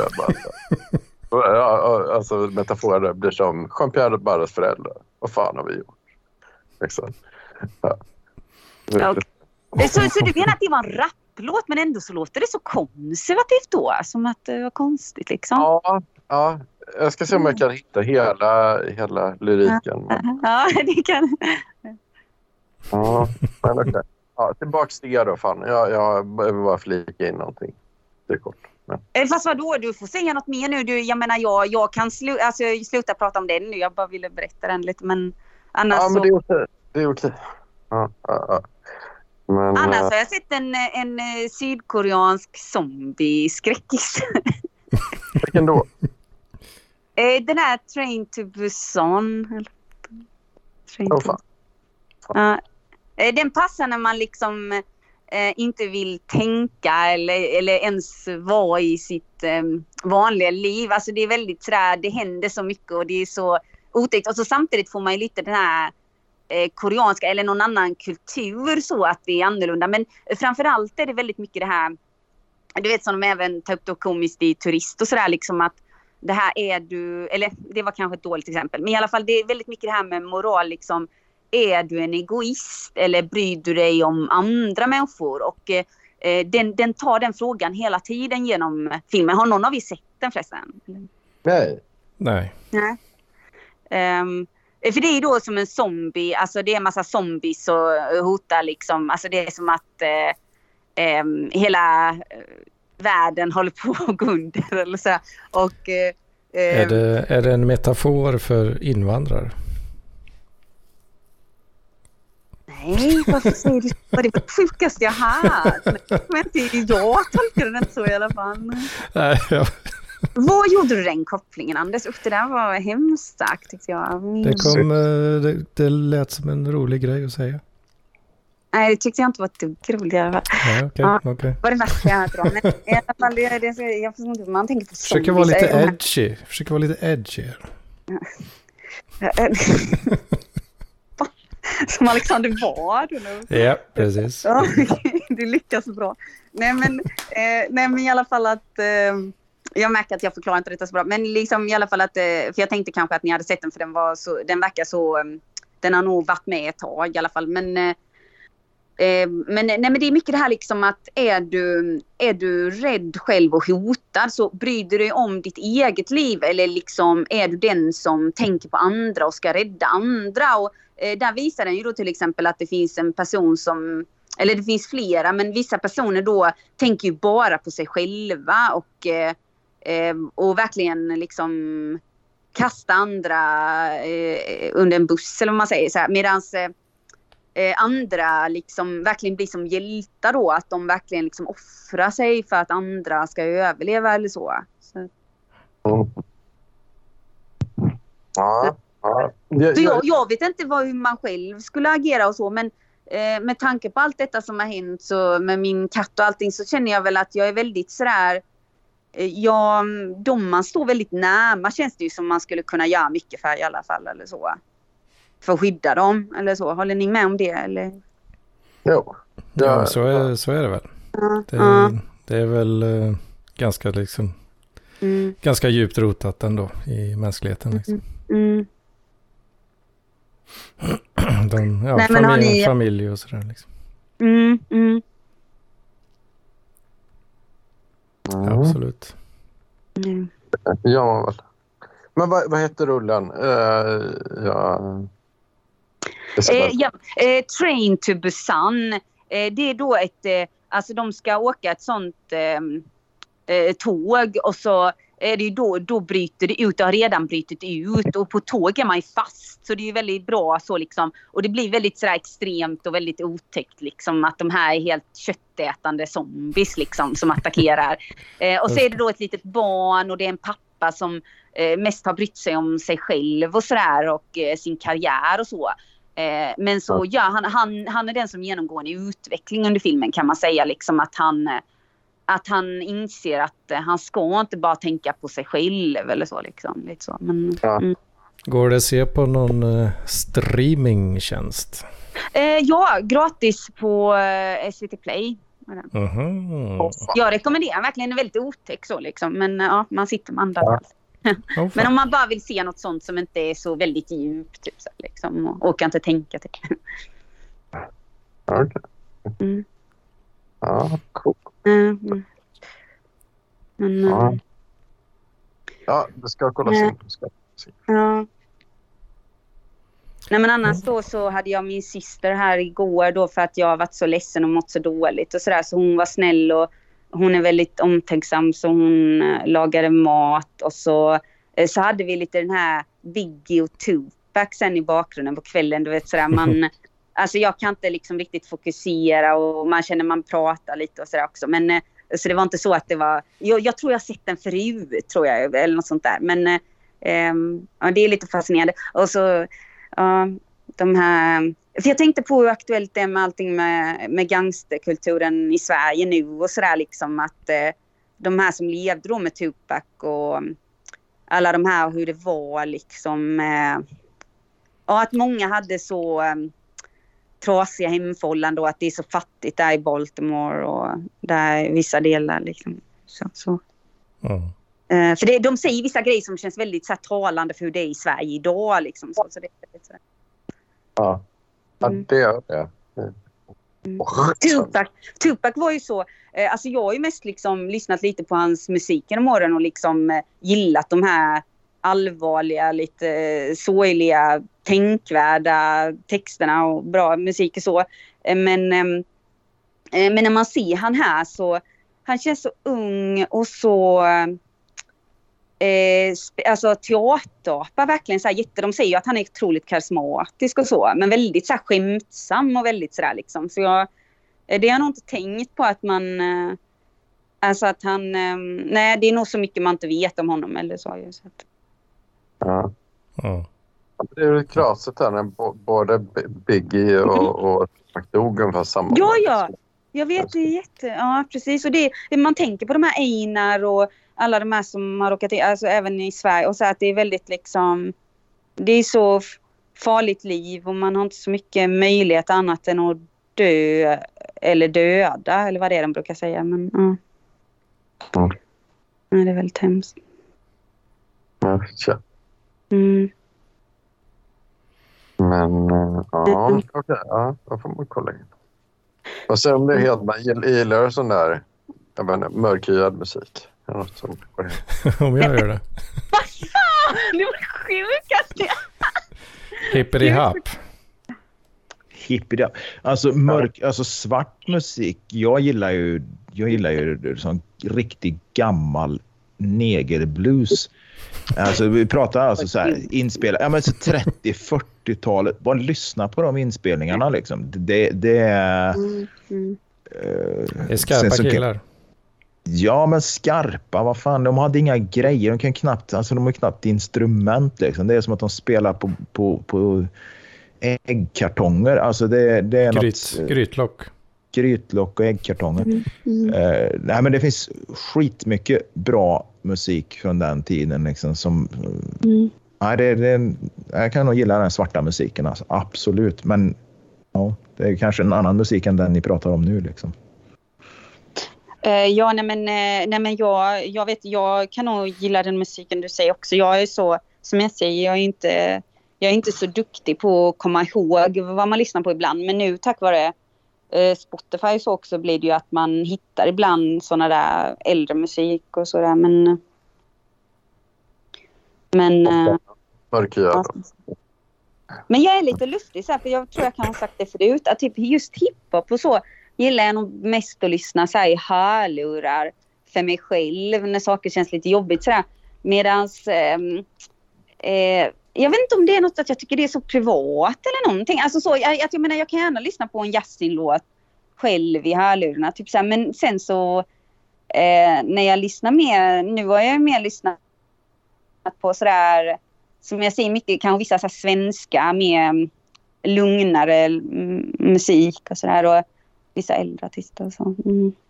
Alltså metaforen blir som Jean-Pierre Barras föräldrar. Vad fan har vi gjort? Liksom. Ja. Så du menar att det var en rapplåt, men ändå så låter det så konservativt då, som att det var konstigt liksom? Ja. Jag ska se om jag kan hitta hela lyriken. Ja, det kan. Ja, men okej. Ja, tillbaks till er då, fan. Jag behöver bara flika in någonting. Det är kort. Men. Fast vadå, du får säga något mer nu. Jag menar, jag kan sluta prata om den nu. Jag bara ville berätta den lite, men annars ja, men det är okej. Ja. Men, annars har jag sett en sydkoreansk zombie-skräckis. Vilken då? Den här Train to Busan. Den passar när man liksom inte vill tänka eller ens vara i sitt vanliga liv. Alltså det är väldigt sådär, det händer så mycket och det är så otäckt. Och så samtidigt får man ju lite den här koreanska eller någon annan kultur, så att det är annorlunda. Men framförallt är det väldigt mycket det här, du vet, som de även tar upp då komiskt i Turist och sådär, liksom att det här är du, eller det var kanske ett dåligt exempel, men i alla fall det är väldigt mycket det här med moral, liksom, är du en egoist eller bryr du dig om andra människor? Och den tar den frågan hela tiden genom filmen. Har någon av er sett den förresten? Nej. Nej. För det är då som en zombie, alltså det är en massa zombies och hotar liksom, alltså det är som att hela världen håller på att gå under eller så. Och är det en metafor för invandrare? Nej, varför säger du? Det var det sjukaste jag hört. Men jag tolkar den inte så i alla fall. Nej, Vad gjorde du den kopplingen, Anders? Det där var hemskt starkt, tyckte jag. Det lät som en rolig grej att säga. Nej, det tyckte jag inte var ett dugg roligt i alla fall. Okej. Var det värsta jag hört då? Men i alla fall, jag förstår inte, man tänker på Försöker vara lite edgy. Som Alexander Bard nu. Ja, precis. Ja, det lyckas bra. Nej men i alla fall att jag märker att jag förklarar inte detta så bra, men liksom i alla fall att för jag tänkte kanske att ni hade sett den, för den verkar så, den har nog varit med ett tag i alla fall, men det är mycket det här liksom att är du rädd själv och hotad, så bryr du dig om ditt eget liv, eller liksom är du den som tänker på andra och ska rädda andra. Och där visar den ju då till exempel att det finns en person som, eller det finns flera, men vissa personer då tänker ju bara på sig själva och verkligen liksom kasta andra under en buss eller vad man säger så här, medans andra liksom verkligen blir som hjältar då, att de verkligen liksom offrar sig för att andra ska överleva eller så. Så jag vet inte hur man själv skulle agera och så, men med tanke på allt detta som har hänt så med min katt och allting, så känner jag väl att jag är väldigt sådär, de man står väldigt nära känns det ju som man skulle kunna göra mycket för i alla fall eller så. För att skydda dem eller så. Håller ni med om det eller? Jo. Ja, så är det väl. Det är väl ganska liksom ganska djupt rotat ändå i mänskligheten liksom. Familj och sådär liksom. Absolut. Ja, men vad heter rullen? Train to Busan. Det är då alltså de ska åka ett sånt tåg, och så är det ju då bryter det ut, det har redan brytit ut, och på tåg är man ju fast, så det är ju väldigt bra så liksom, och det blir väldigt sådär extremt och väldigt otäckt liksom, att de här är helt köttätande zombies liksom som attackerar. Och så är det då ett litet barn, och det är en pappa som mest har brytt sig om sig själv och sådär, och sin karriär och så. Men så han är den som genomgår en utveckling under filmen, kan man säga liksom, att han inser att han ska inte bara tänka på sig själv eller så liksom, lite så. Men, Går det att se på någon streamingtjänst? Ja, gratis på SVT Play. Jag rekommenderar verkligen, väldigt otäck så liksom, men ja, man sitter med andra. Men om man bara vill se något sånt som inte är så väldigt djupt typ, så, liksom, och kan inte tänka till. Okej. Ja, cool. Men, ja, det ska kolla in. Ja. Nej, men annars då så hade jag min syster här igår då, för att jag har varit så ledsen och mått så dåligt och sådär, så hon var snäll och hon är väldigt omtänksam, så hon lagade mat, och så hade vi lite den här Biggie och Tupac sen i bakgrunden på kvällen, du vet sådär, man alltså jag kan inte liksom riktigt fokusera, och man känner man pratar lite och sådär också, men så det var inte så att det var, jag tror jag har sett den förut tror jag, eller något sånt där, men ja, det är lite fascinerande. Och så de här, för jag tänkte på hur aktuellt det är med allting med gangsterkulturen i Sverige nu och sådär liksom, att de här som levde då med Tupac och alla de här, hur det var liksom, och att många hade så trasiga hemförhållanden då, att det är så fattigt där i Baltimore och där vissa delar liksom, så. För de säger vissa grejer som känns väldigt så här, talande för hur det är i Sverige idag liksom, så det är lite så här. Ja, det är det. Tupac var ju så, alltså jag har ju mest liksom lyssnat lite på hans musik genom åren och liksom gillat de här allvarliga, lite sorgliga, tänkvärda texterna och bra musik och så. Men när man ser han här så han känns så ung och så alltså teaterapa verkligen så här de säger ju att han är otroligt karismatisk och så, men väldigt så här skämtsam och väldigt så där liksom. Så det har jag nog inte tänkt på att man alltså att han nej, det är nog så mycket man inte vet om honom eller så. Så att... Ja. Det är ju krasigt här när både Biggie och dog ungefär samma. Ja. Jag vet, det är ja, precis. Och det man tänker på de här Einar och alla de här som har råkat alltså även i Sverige och så att det är väldigt liksom det är så farligt liv och man har inte så mycket möjlighet annat än att dö eller döda eller vad det är de brukar säga, men ja, det är väldigt hemskt. Ja. Men okej, då får man kolla in. Och sen om det är helt man gillar sån där mörkhyad musik. Något som om jag gör det. Vad fan? Det var sjukaste. Hippity-hop. Hippity-hop. Alltså alltså svart musik. Jag gillar ju sån riktigt gammal negerblues. Alltså vi pratar alltså så här inspelningar, men så 30-40-talet. Bara lyssna på de inspelningarna liksom. Det är skarpa killar. Ja, men skarpa, vad fan, de hade inga grejer, de har knappt instrument liksom. Det är som att de spelar på äggkartonger. Alltså det är grytlock och äggkartonger. Nej, men det finns skitmycket bra musik från den tiden liksom som jag kan nog gilla den svarta musiken alltså, absolut, men ja, det är kanske en annan musik än den ni pratar om nu liksom. Ja, nej men jag vet, jag kan nog gilla den musiken du säger också. Jag är så, som jag säger, jag är inte så duktig på att komma ihåg vad man lyssnar på ibland, men nu tack vare Spotify så också blir det ju att man hittar ibland såna där äldre musik och sådär, men ja. Men jag är lite lustig så här, för jag tror jag kan ha sagt det förut att typ just hiphop och så gillar jag nog mest att lyssna så här i hörlurar för mig själv när saker känns lite jobbigt sådär, medans jag vet inte om det är något att jag tycker det är så privat eller någonting. Alltså så, jag menar, jag kan gärna lyssna på en Justin-låt själv i hörlurarna. Typ så här. Men sen så när jag lyssnar mer, nu har jag mer lyssnat på sådär, som jag säger mycket, kanske vissa så här svenska med lugnare musik och sådär. Och vissa äldre artister och så.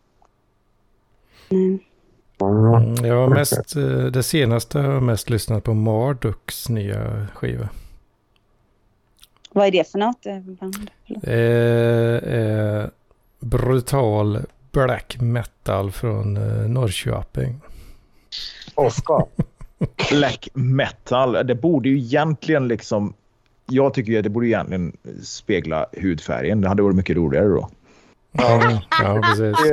Jag har mest, det senaste har jag mest lyssnat på Marduks nya skiva. Vad är det för något? Brutal black metal från Norrköping. Oscar. Black metal, det borde ju egentligen liksom, jag tycker ju att det borde egentligen spegla hudfärgen. Det hade varit mycket roligare då. Ja, precis.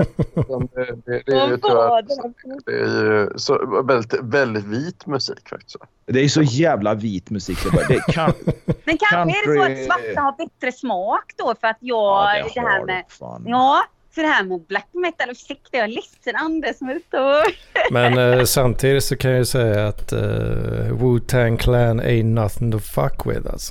Det är ju så väldigt vit musik faktiskt. Det är så jävla vit musik. Men kanske är det så att svarta har bättre smak då, för att jag det här med för det här med black metal och sikta, jag ledsen Anders som Men samtidigt så kan jag ju säga att Wu-Tang Clan ain't nothing to fuck with alltså.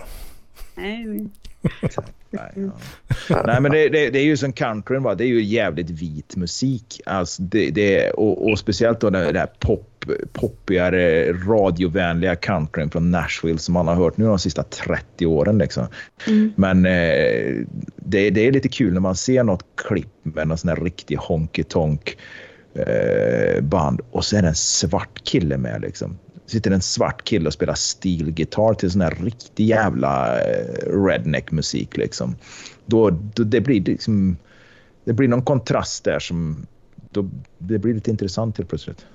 Nej, men det är ju som countryn, va? Det är ju jävligt vit musik alltså och speciellt då det där poppigare radiovänliga countryn från Nashville som man har hört nu de sista 30 åren liksom. Men det är lite kul när man ser något klipp med någon sån här riktig honky-tonk band och så är det en svart kille med liksom. Sitter en svart kille och spelar stilgitarr till sån här riktig jävla redneck-musik liksom. Då det blir liksom, det blir någon kontrast där som då, det blir lite intressant till plötsligt.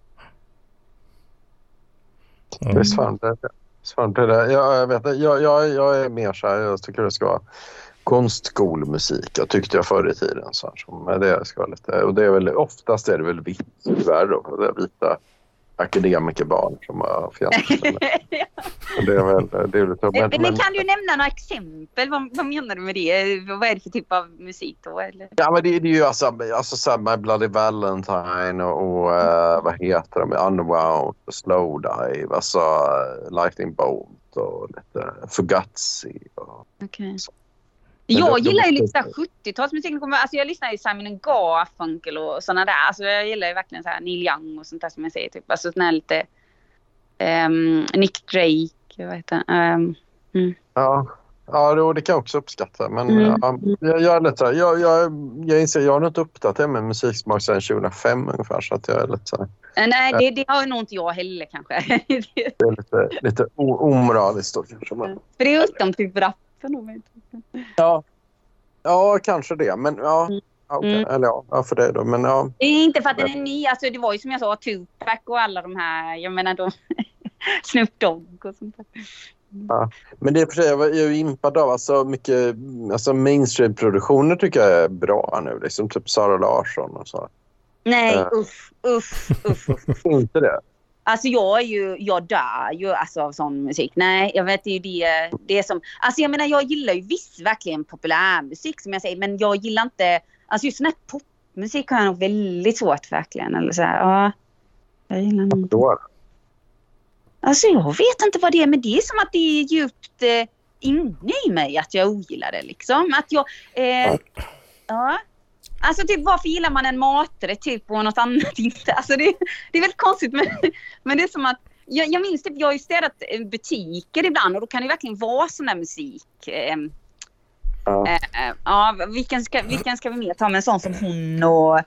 Det är svårt det där. Jag vet, jag är mer så här, jag tycker det ska vara konstskolmusik. Jag tyckte jag förr i tiden så här, som det ska vara lite, och det är väl oftast är det väl vitt tyvärr då, det vita akademikerbarn som har fjärmat. Det är väl det är lite, men kan du nämna några exempel? Vad menar du med det? Vad är det för typ av musik då? Eller? Ja, men det är ju alltså så här My Bloody Valentine och vad heter de? Unwound, Slowdive, alltså Lightning Bolt och lite Fugazi. Okej. Jag gillar ju lite så 70-talsmusik. Alltså jag lyssnar ju Simon & Garfunkel och sådana där. Alltså jag gillar ju verkligen så här Neil Young och sånt där som jag säger. Typ. Alltså sådana här lite Nick Drake, vad heter Ja, det kan jag också uppskatta. Men jag är lite så här, jag inser jag har inte uppdaterat med musiksmak sedan 2005 ungefär. Så att jag är lite så här, nej, det har nog inte jag heller kanske. Det är lite omoraliskt då kanske. Men. För det är utom typ rappen. Ja, kanske det. Men okay. Eller för det då. Men ja. Det är inte för att den är ny. Alltså det var ju som jag sa, Tupac och alla de här. Jag menar de Snoop Dogg och sånt där. Ja, men det är för sig jag är ju impad av mycket mainstream-produktioner tycker jag är bra nu. Liksom typ Sara Larsson och så. Nej, uff. Inte det. Alltså jag dör ju alltså av sån musik. Nej, jag vet ju det är som... Alltså jag menar, jag gillar ju verkligen populärmusik som jag säger. Men jag gillar inte... Alltså just sån här popmusik har jag nog väldigt svårt verkligen. Eller så här, ja. Jag gillar nog... Då? Alltså jag vet inte vad det är. Men det är som att det är djupt inne i mig att jag ogillar det liksom. Att jag... ja... Alltså typ varför gillar man en maträtt typ och något annat inte? Alltså det är väldigt konstigt men det är som att jag minns typ jag har ju städat butiker ibland och då kan det verkligen vara sån där musik. Vilken ska vi mer ta med en sån som hon och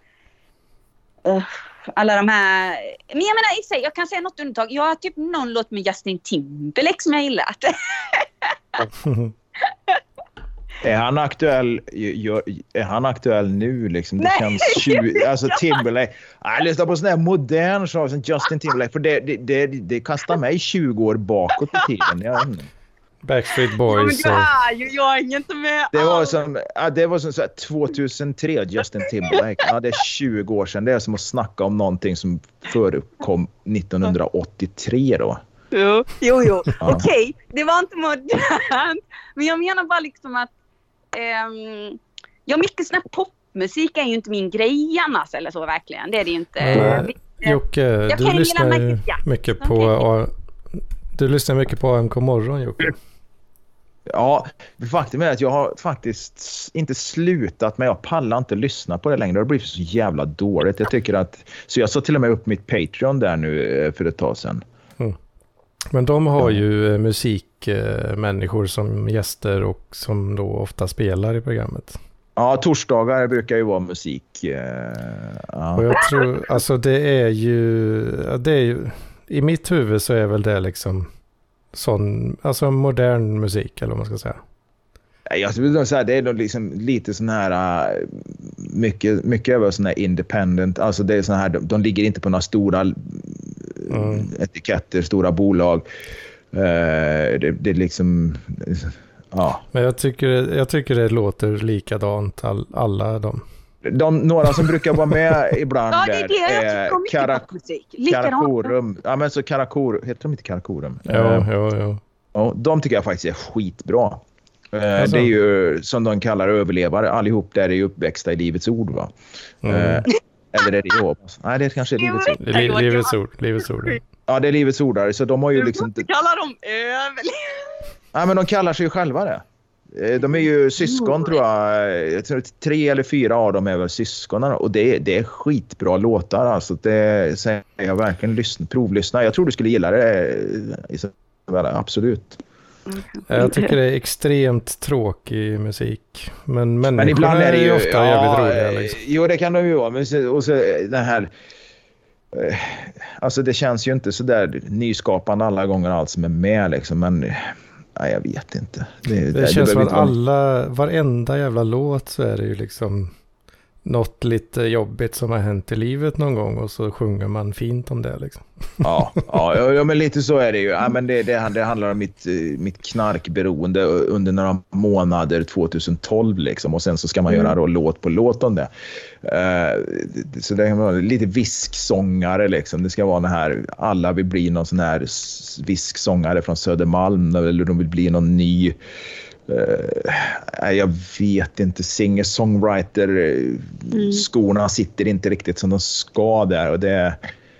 alla de här. Men jag menar i sig, jag kan säga något undantag. Jag har typ någon låt med Justin Timberlake som jag gillar. Är han aktuell nu liksom? Det känns 20, alltså Timberlake. Jag lyssnar på sån här modern sak som Justin Timberlake för det kastar mig 20 år bakåt i tiden. Backstreet Boys. Jag är inte med. Det var som så här 2003 Justin Timberlake. Ja, det är 20 år sedan. Det är som att snacka om någonting som förekom 1983 då. Jo. Ja. Okej, det var inte modernt. Men jag menar bara liksom att mycket sån här popmusik är ju inte min grej annars eller så verkligen. Det är det ju inte. Jocke, du lyssnar mycket på du lyssnar mycket på AMK morgon, Jocke. Ja, faktum är att jag har faktiskt inte slutat, men jag pallar inte lyssna på det längre. Det blir så jävla dåligt. Jag tycker att så jag sa till och med upp mitt Patreon där nu för ett tag sedan. Men de har ju musikmänniskor som gäster och som då ofta spelar i programmet. Ja, torsdagar brukar ju vara musik. Och jag tror, alltså det är ju i mitt huvud så är väl det liksom sån, alltså modern musik eller vad man ska säga. Jag skulle vilja säga det är liksom lite sån här mycket över sån här independent, alltså det är sån här, de ligger inte på några stora etiketter, stora bolag. Det är liksom ja. Men jag tycker det låter likadant alla de. Några som brukar vara med ibland är Karakorum. Ja, men så Karakorum, heter de inte Karakorum? Ja. De tycker jag faktiskt är skitbra. Det är ju som de kallar överlevare. Allihop där är ju uppväxta i Livets ord, va? Eller är det Jehovas? Nej, det kanske är Livets ord. Livets ord. Ja, det är Livets ordare. Så de har ju liksom... Du kallar dem överlevare. Ja, men de kallar sig ju själva det. De är ju syskon, tror jag. Jag tror 3 eller 4 av dem är väl syskon. Och det är skitbra låtar. Alltså, det säger jag verkligen provlyssna. Jag tror du skulle gilla det, Isabella. Absolut. Jag tycker det är extremt tråkig musik. Men ibland är det ju ofta jävligt roliga. Liksom. Jo, det kan de ju vara. Och så den här... Alltså det känns ju inte så där nyskapande alla gånger allt som är med liksom. Men nej, jag vet inte. Det känns som att varenda jävla låt så är det ju liksom något lite jobbigt som har hänt i livet någon gång och så sjunger man fint om det liksom. Ja, men lite så är det ju. Ja, men det handlar om mitt knarkberoende under några månader 2012 liksom, och sen så ska man göra då låt på låt om det. Så det är lite visksångare liksom. Det ska vara den här, alla vill bli någon sån här visksångare från Södermalm, eller de vill bli någon ny jag vet inte, singer-songwriter, skorna sitter inte riktigt som de ska där, och det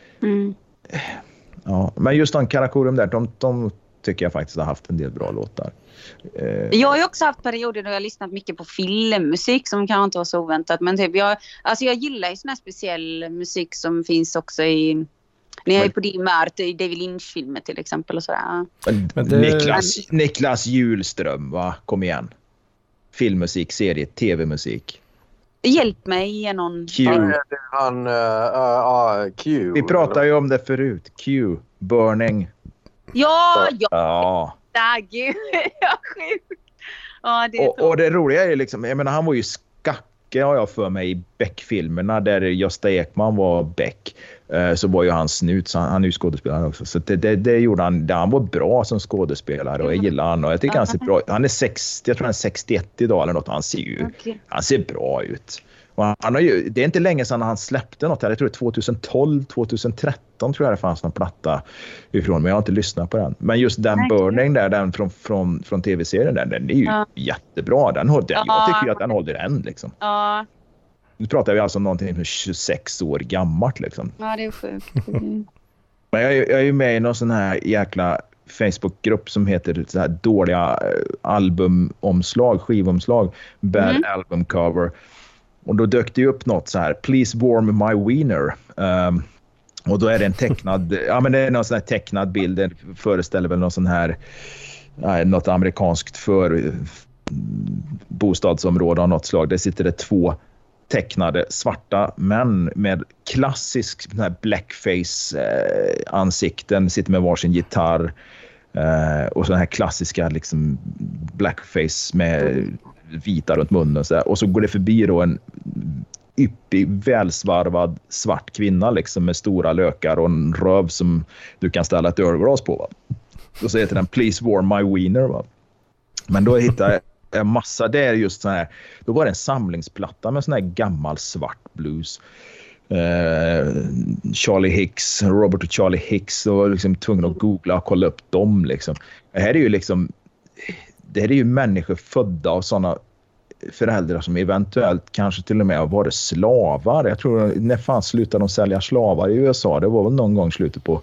ja, men just de Karakorum där, de tycker jag faktiskt har haft en del bra låtar. Jag har ju också haft perioder då jag har lyssnat mycket på filmmusik som kan inte vara så oväntat, men typ jag gillar ju sån här speciell musik som finns också i när jag är på David Lynch-filmer till exempel och sådär. Niklas Hjulström, va? Kom igen. Filmmusik, serie, tv-musik. Hjälp mig genom... Q. Vi pratade ju om det förut. Q. Burning. Ja. Gud. Sjukt. Ja, det och det roliga är liksom, jag menar, han var ju skacke, har jag för mig, i Beck-filmerna där Gösta Ekman var Beck. Så var ju han snut, så han är ju skådespelare också. Så det gjorde han. Han var bra som skådespelare och jag gillar han. Och jag tycker han ser bra. Han är 60, jag tror han är 61 idag eller något. Han ser bra ut. Och han har ju, det är inte länge sedan han släppte något här. Jag tror det är 2012, 2013 tror jag det fanns någon platta ifrån. Men jag har inte lyssnat på den. Men just den Burning där, den från tv-serien där, den är ju jättebra. Jag tycker ju att den håller än liksom. Ja. Nu pratar vi alltså om någonting som är 26 år gammalt liksom. Ja, det är sjukt. Men jag är ju med i någon sån här jäkla Facebookgrupp som heter så här dåliga skivomslag, bad album cover. Och då dök det upp något så här, please warm my wiener. Och då är det en tecknad, men det är någon sån här tecknad bild, det föreställer väl någon sån här, något amerikanskt för bostadsområde av något slag. Där sitter det 2 tecknade svarta män med klassisk blackface ansikten, sitter med varsin gitarr och så här klassiska liksom blackface med vita runt munnen så där. Och så går det förbi då en yppig, välsvarvad svart kvinna liksom med stora lökar och en röv som du kan ställa ett ölglas på, va? Och så heter den Please Warm My Wiener, va? Men då hittar jag massa, det är just så här, då var det en samlingsplatta med sån här gammal svart blues. Charlie Hicks, Robert och Charlie Hicks, och var liksom tvungen att googla och kolla upp dem liksom. Det här är ju liksom, det här är ju människor födda av sådana föräldrar som eventuellt kanske till och med har varit slavar. Jag tror, när fan slutade de sälja slavar i USA? Det var väl någon gång slutet på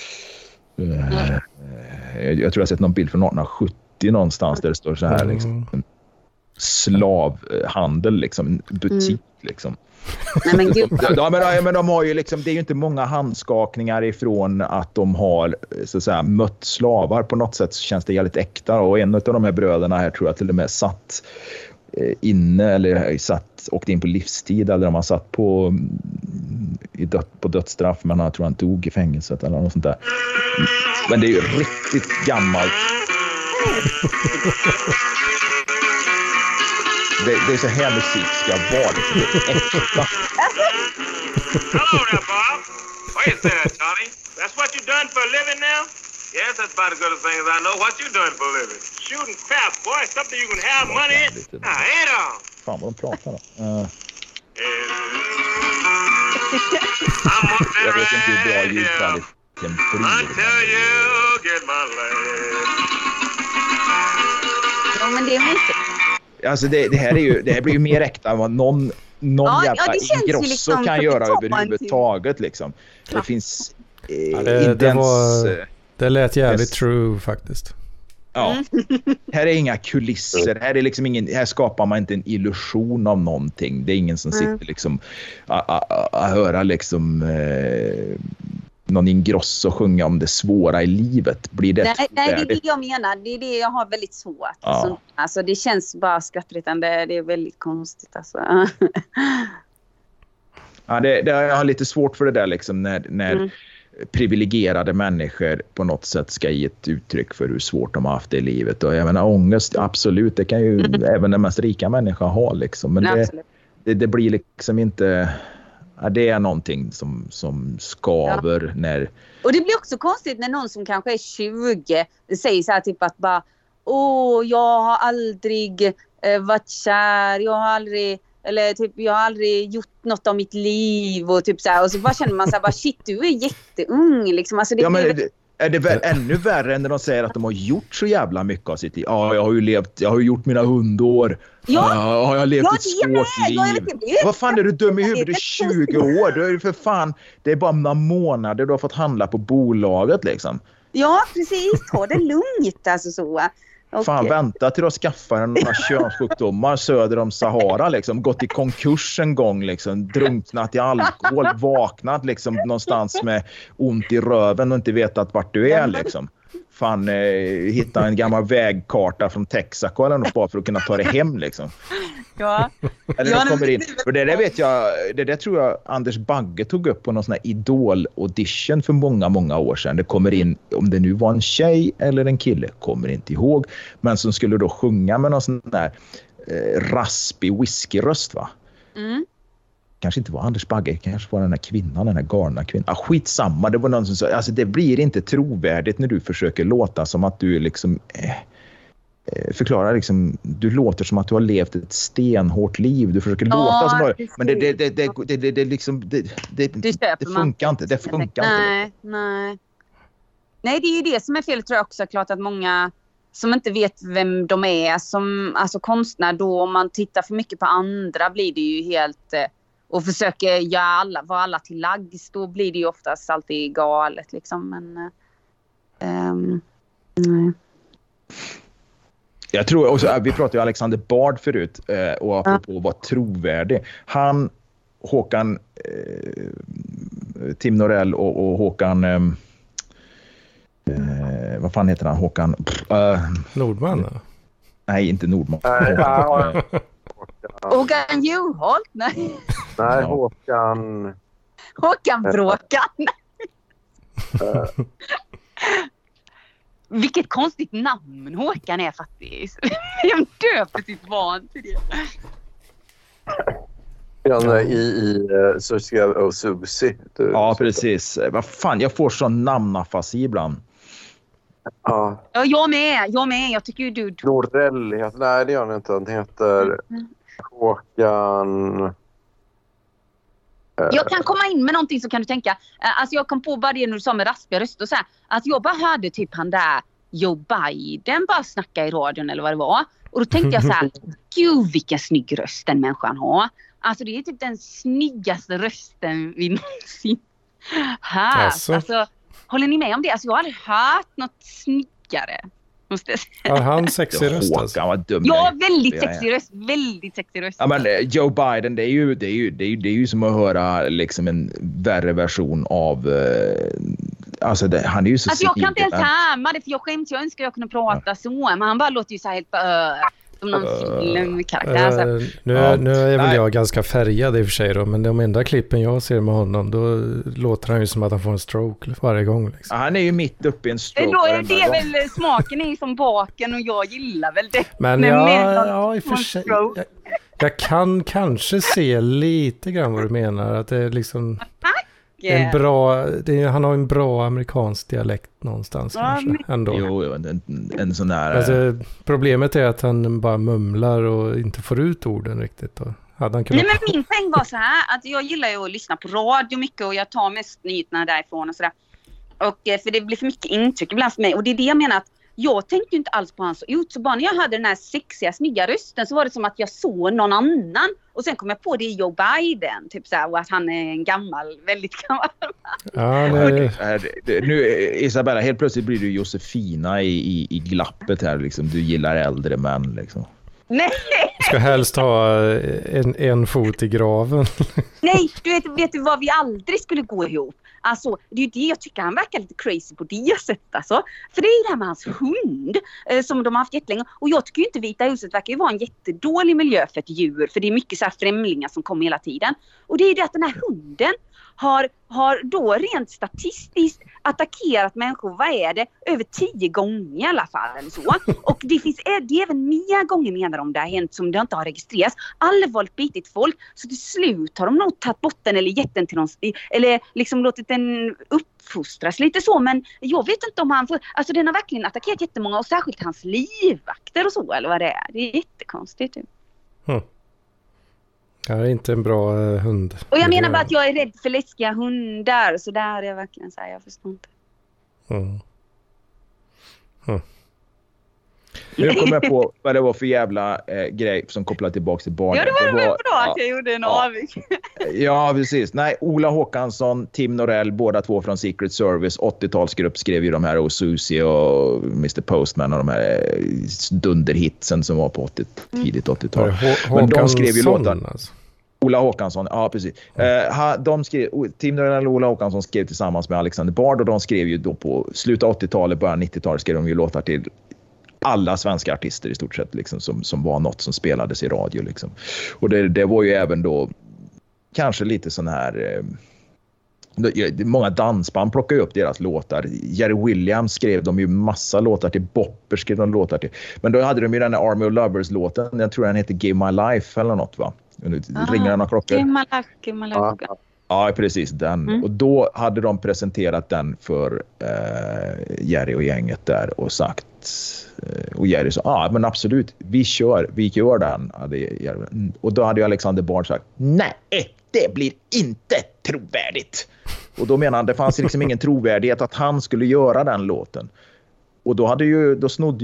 jag tror jag har sett någon bild från 1870 någonstans där det står så här liksom, slavhandel liksom, butik liksom. Nej, men gud. Men de har ju liksom, det är ju inte många handskakningar ifrån att de har så att säga mött slavar. På något sätt så känns det jävligt äkta, och en av de här bröderna här tror jag till och med satt inne, eller åkte in på livstid, eller om han satt på dödsstraff, men jag tror han dog i fängelset eller något sånt där. Men det är ju riktigt gammalt. Det är så här musik ska vara. Det är äkta. Hello there, Bob. Wait a minute, Charlie. That's what you done for a living now? Yes, that's about as good a thing as I know. What you doing for a living? Shooting crap, boy. Something you can have money in. Ain't all. Fan vad de pratar då. Jag vet inte hur bra ljudkvaliteten blir. Until you get my legs. Ja, men det är mysigt. Alltså det här blir ju mer äkta än vad någon jävla Ingrosso liksom kan göra överhuvudtaget liksom. Det finns det lät jävligt true faktiskt. Ja. Här är inga kulisser. Här är liksom här skapar man inte en illusion av någonting. Det är ingen som sitter liksom att höra liksom någon Ingrosso sjunga om det svåra i livet. Blir det nej, det är det jag menar. Det är det jag har väldigt svårt. Ja. Alltså det känns bara skrattretande. Det är väldigt konstigt alltså. Ja, jag har lite svårt för det där liksom när privilegierade människor på något sätt ska ge ett uttryck för hur svårt de har haft det i livet. Och jag menar, ångest, absolut, det kan ju även den mest rika människan ha liksom. Men det blir liksom inte... Ja, det är någonting som skaver när... Och det blir också konstigt när någon som kanske är 20 säger så här typ att bara jag har aldrig varit kär, jag har aldrig gjort något av mitt liv och typ så här, och så bara känner man så här bara shit, du är jätteung liksom. Alltså är det väl ännu värre än när de säger att de har gjort så jävla mycket av sitt liv? Ja, jag har ju gjort mina 100 år. Ja, jag har levt ett svårt liv. Vad fan är du dum i huvudet? 20 år. Du är ju för fan, det är bara några månader du har fått handla på bolaget liksom. Ja, precis. Ta det lugnt alltså så. Okay. Fan, vänta till du skaffar några könssjukdomar söder om Sahara liksom, gått i konkurs en gång liksom, drunknat i alkohol, vaknat liksom någonstans med ont i röven och inte vetat vart du är liksom. Fan, hitta en gammal vägkarta från Texaco eller något bara för att kunna ta det hem liksom. Ja. Eller kommer in. För det vet jag, det tror jag Anders Bagge tog upp på någon sån här Idol-audition för många år sedan. Det kommer in, om det nu var en tjej eller en kille, kommer inte ihåg, men som skulle då sjunga med någon sån där raspig whiskyröst va? Mm. Kanske inte var Anders Bagge, kanske var den här kvinnan, den här galna kvinnan. Skitsamma, det var någon som sa, alltså det blir inte trovärdigt när du försöker låta som att du liksom förklarar liksom, du låter som att du har levt ett stenhårt liv. Du försöker låta som men det liksom det funkar inte. Det funkar inte. Nej, det är ju det som är fel, tror jag också, klart att många som inte vet vem de är som alltså konstnär, då om man tittar för mycket på andra blir det ju helt och försöker vara alla till lags, då blir det ju oftast alltid galet liksom, men nej. Jag tror också, vi pratade ju Alexander Bard förut och apropå att vara trovärdig. Han, Håkan, Tim Norell och Håkan, vad fan heter han? Håkan? Nordman? Nej, inte Nordman. Håkan Juholt? Nej, Håkan Bråkan. Vilket konstigt namn Håkan är faktiskt. Jag döper sitt barn till det. Ja, i Susie och Susie. Ja, precis. Vad fan, jag får sån namnafasi ibland. Ja, jag med. Jag tycker ju du... Norell, nej det gör han inte. Han heter Håkan... Jag kan komma in med någonting så kan du tänka. Alltså jag kom på bara det när du sa med raspiga röster och så här. Att jag bara hörde typ han där Joe Biden bara snacka i radion eller vad det var. Och då tänkte jag så här, gud vilken snygg röst den människan har. Alltså det är typ den snyggaste rösten vi någonsin hört. Alltså, håller ni med om det? Alltså jag har aldrig hört något snyggare. Har han sexig röst alltså? Ja, väldigt sexig röst. Väldigt sexig röst. Ja, men Joe Biden, det är ju som att höra liksom en värre version av alltså han är ju så jag kan inte ens härma det, för jag skäms. Jag önskar jag kunde prata så, men han bara låter ju så här helt som någon filmkaraktär. Nu är väl jag ganska färgad i och för sig då, men de enda klippen jag ser med honom, då låter han ju som att han får en stroke varje gång. Liksom. Han är ju mitt uppe i en stroke. Då är det väl smaken är som baken och jag gillar väl det. Men ja, i och för sig. Jag kan kanske se lite grann vad du menar, att det är liksom en bra, han har en bra amerikansk dialekt någonstans kanske ändå. Jo, en sån där. Alltså, problemet är att han bara mumlar och inte får ut orden riktigt då. Nej, men min poäng var så här att jag gillar ju att lyssna på radio mycket och jag tar mest nyheterna därifrån och sådär. Och för det blir för mycket intryck ibland för mig, och det är det jag menar att jag tänkte inte alls på hans ut, så bara när jag hade den här sexiga, snygga rösten så var det som att jag såg någon annan. Och sen kom jag på det i Joe Biden, typ så här, och att han är en väldigt gammal. Ja, nu Isabella, helt plötsligt blir du Josefina i glappet här liksom. Du gillar äldre män liksom. Nej! Ska helst ha en fot i graven. Nej, vet du vad vi aldrig skulle gå ihop? Alltså, det är ju det jag tycker, han verkar lite crazy på det sättet alltså. För det är ju det här med hans hund som de har haft jättelänge. Och jag tycker ju inte Vita huset verkar ju vara en jättedålig miljö för ett djur. För det är mycket så här främlingar som kommer hela tiden. Och det är ju det att den här hunden har då rent statistiskt attackerat människor, vad är det? Över 10 gånger i alla fall eller så. Och det är även mer gånger menar de det har hänt som det inte har registrerats. Allvarligt bitit folk. Så till slut har de nog tagit bort den eller gett den till någon, eller liksom låtit den uppfostras lite så. Men jag vet inte om han får, alltså den har verkligen attackerat jättemånga och särskilt hans livvakter och så eller vad det är. Det är jättekonstigt. Det är inte en bra hund. Och jag menar bara att jag är rädd för läskiga hundar. Så där är jag verkligen så här, jag förstår inte. Nu kommer jag på vad det var för jävla grej som kopplar tillbaka till barnen. Ja, det var väl bra att jag gjorde en avvik. Ja, precis. Nej, Ola Håkansson, Tim Norell, båda två från Secret Service. 80-talsgrupp skrev ju de här och Susie och Mr. Postman och de här dunderhitsen som var på tidigt 80-tal. Men de skrev ju låtar. Alltså. Ola Håkansson, ja precis. Tim Norell och Ola Håkansson skrev tillsammans med Alexander Bard och de skrev ju då på slutet av 80-talet, början 90-talet skrev de ju låtar till alla svenska artister i stort sett liksom, som var något som spelades i radio liksom. Och det var ju även då kanske lite sån här många dansband plockade ju upp deras låtar. Jerry Williams skrev de ju massa låtar till, Bopper skrev de låtar till. Men då hade de ju den här Army of Lovers-låten, jag tror den heter Give My Life eller något va? Ringer den av klockor? Give My Life. Ja, precis den. Och då hade de presenterat den för Jerry och gänget där och sagt och Jerry sa, men absolut, vi gör den. Och då hade ju Alexander Bard sagt, nej, det blir inte trovärdigt. Och då menade han, det fanns liksom ingen trovärdighet att han skulle göra den låten. Och då snodde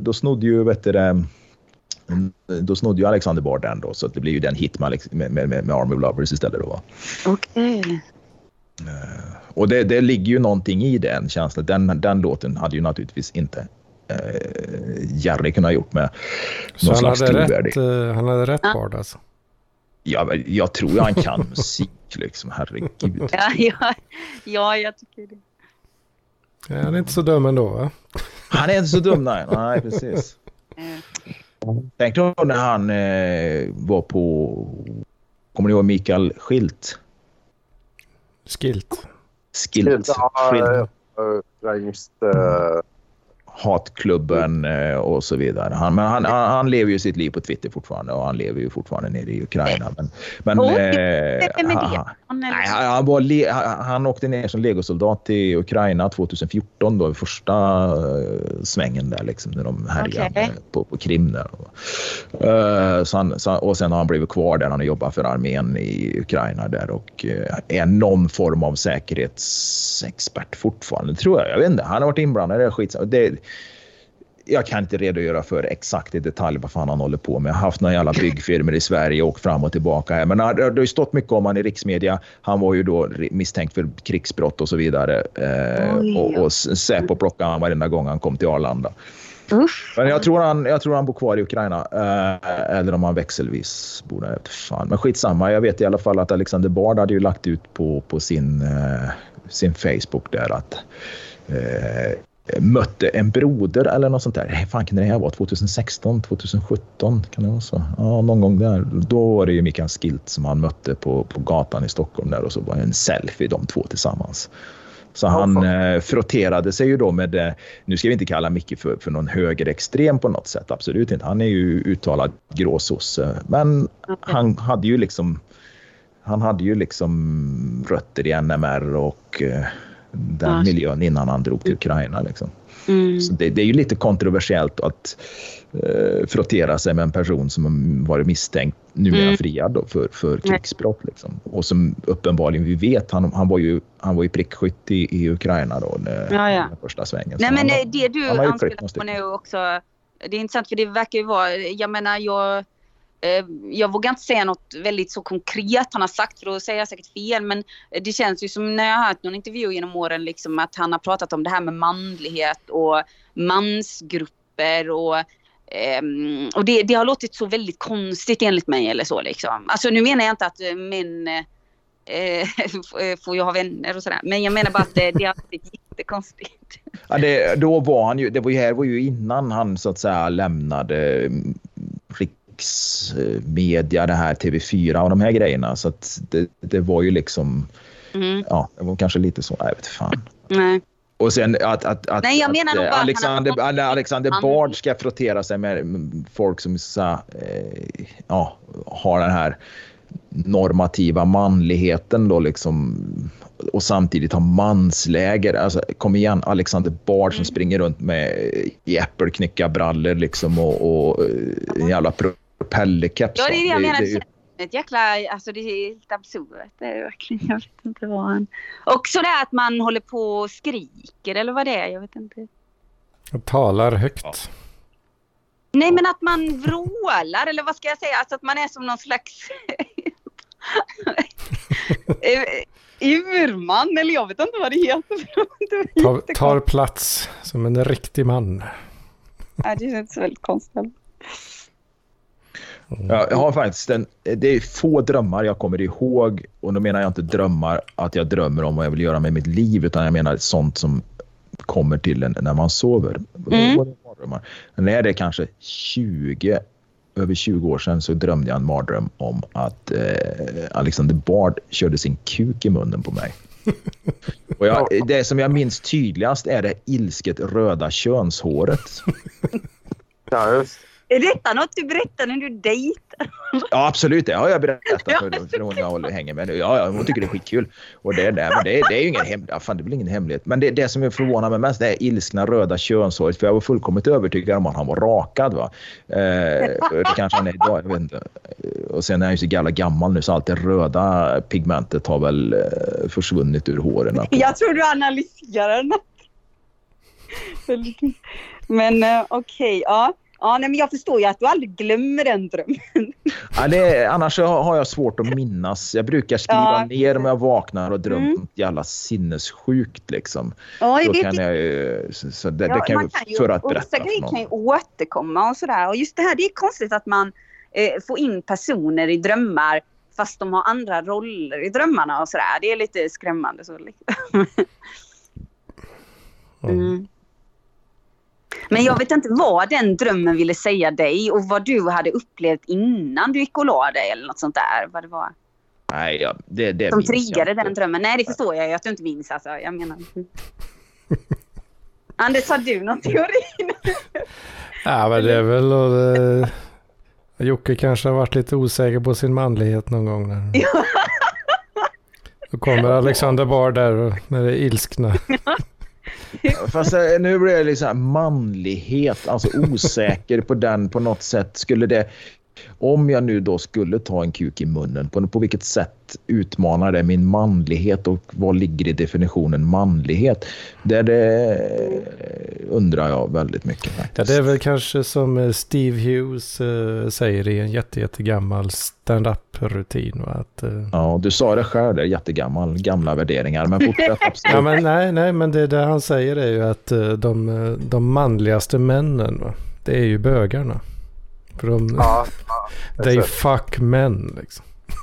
ju Alexander Bard den då, så att det blir ju den hit med Army of Lovers istället då va. Okej. Och det ligger ju någonting i den känslan. Den låten hade ju naturligtvis inte Jerry kunnat gjort med någon slags trovärdighet. Han hade rätt Bard alltså. Ja, jag tror ju han kan musik liksom, herregud. Ja, jag tycker det. Ja, han är inte så dum ändå va? Han är inte så dum, nej precis. Tänk då när han var på, kommer ni ihåg Mikael Skilt? Skilt. Ja, just hatklubben och så vidare. Han lever ju sitt liv på Twitter fortfarande och han lever ju fortfarande nere i Ukraina. Han åkte ner som legosoldat till Ukraina 2014 då, första svängen där liksom när de härjade på Krim där. Och sen har han blivit kvar där, han jobbar för armén i Ukraina där och är någon form av säkerhetsexpert fortfarande, tror jag. Jag vet inte, han har varit inblandad i det skit. Jag kan inte redogöra för exakt i detalj vad fan han håller på med. Jag har haft några jävla byggfirmor i Sverige och fram och tillbaka här. Men det har ju stått mycket om han i riksmedia. Han var ju då misstänkt för krigsbrott och så vidare. Och Säpo plockade han varenda gång han kom till Arlanda. Men jag tror han bor kvar i Ukraina. Eller om han växelvis bor där. Fan. Men skitsamma, jag vet i alla fall att Alexander Bard hade ju lagt ut på sin Facebook där att mötte en broder eller något sånt där. Fan kan det här vara? 2016, 2017 kan det vara så? Ja, någon gång där. Då var det ju Mikael Skilt som han mötte på gatan i Stockholm där och så var det en selfie de två tillsammans. Så han frotterade sig ju då med, nu ska vi inte kalla Micke för någon högerextrem på något sätt, absolut inte. Han är ju uttalad gråsosse, men han hade ju liksom rötter i NMR och den miljön innan han drog till Ukraina liksom. Så det är ju lite kontroversiellt att frottera sig med en person som varit misstänkt numera friad då, för krigsbrott liksom. Och som uppenbarligen vi vet han var ju prickskytt i Ukraina då den första svängen. Nej men det du anspelar på nu också, det är intressant för det verkar ju vara, jag menar jag vågar inte säga något väldigt så konkret han har sagt, för då säger jag säkert fel, men det känns ju som när jag har hört någon intervju genom åren liksom, att han har pratat om det här med manlighet och mansgrupper och det har låtit så väldigt konstigt enligt mig eller så liksom. Alltså nu menar jag inte att män får ju ha vänner och sådär. Men jag menar bara att det är alltid jättekonstigt. Ja, då var han ju, det var ju innan han så att säga lämnade riksmedia, det här TV4 och de här grejerna. Så att det var ju liksom, ja, det var kanske lite så, jag vet fan. Nej. Och sen att nej, jag menar nog Alexander Bard ska frottera sig med folk som så, har den här normativa manligheten då liksom, och samtidigt ha mansläger. Alltså, kom igen, Alexander Bard som springer runt med äppelknyckarbrallor liksom och en jävla propellerkeps. Ja, det är det jag menar. Ett jäkla, alltså det är helt absurt. Det är verkligen, jag vet inte vad han... Och så det att man håller på och skriker, eller vad det är, jag vet inte. Och talar högt. Ja. Nej, men att man vrålar, eller vad ska jag säga? Alltså att man är som någon slags... urman, eller jag vet inte vad det heter. Tar plats som en riktig man. Ja, det känns väldigt konstigt. Ja, jag har faktiskt det är få drömmar jag kommer ihåg, och då menar jag inte drömmar att jag drömmer om vad jag vill göra med mitt liv, utan jag menar sånt som kommer till en när man sover. När det är kanske över 20 år sedan så drömde jag en mardröm om att Alexander Bard körde sin kuk i munnen på mig. Och det som jag minns tydligast är det ilsket röda könshåret. Ja, just. Är detta något du berättar när du dejtar? Ja, absolut. Det har jag berättat för hon jag hänger med. Ja, hon tycker det är skitkul. Och det är ju ingen hemlighet. Fan, det blir ingen hemlighet. Men det som är förvånar mig mest, det är ilskna röda könshåret. För jag var fullkomligt övertygad om att han var rakad, va? Det kanske han är idag, jag vet inte. Och sen är han ju så jävla gammal nu, så allt det röda pigmentet har väl försvunnit ur håren. Jag tror du analyserar något. Men okej, ja. Ja, nej, men jag förstår ju att du aldrig glömmer den drömmen. Ja, annars har jag svårt att minnas. Jag brukar skriva ner om jag vaknar och drömmer jävla sinnessjukt liksom. Ja, då kan jag så det kan jag för att berätta. Vissa grejer kan ju återkomma och sådär. Och just det här, det är konstigt att man får in personer i drömmar fast de har andra roller i drömmarna och sådär. Det är lite skrämmande så liksom. Men jag vet inte vad den drömmen ville säga dig och vad du hade upplevt innan du gick och la dig eller något sånt där. Vad det var. Nej, det som triggade den drömmen. Nej, det förstår jag ju att du inte minns. Alltså. Jag menar. Anders, har du någon teori? Ja, men det är väl... Jocke kanske har varit lite osäker på sin manlighet någon gång. Där. Då kommer Alexander Bard där med det ilskna. Fast nu blir det liksom manlighet, alltså osäker på den på något sätt. Skulle det, om jag nu då skulle ta en kuk i munnen, på vilket sätt utmanar det min manlighet och vad ligger i definitionen manlighet? Det undrar jag väldigt mycket faktiskt. Ja, det är väl kanske som Steve Hughes säger i en jättegammal stand-up-rutin. Att, ja, du sa det själv, det är gamla värderingar, men fortsätt absolut. Ja, men nej, men det han säger är ju att de manligaste männen, va? Det är ju bögarna. För they fuck men liksom.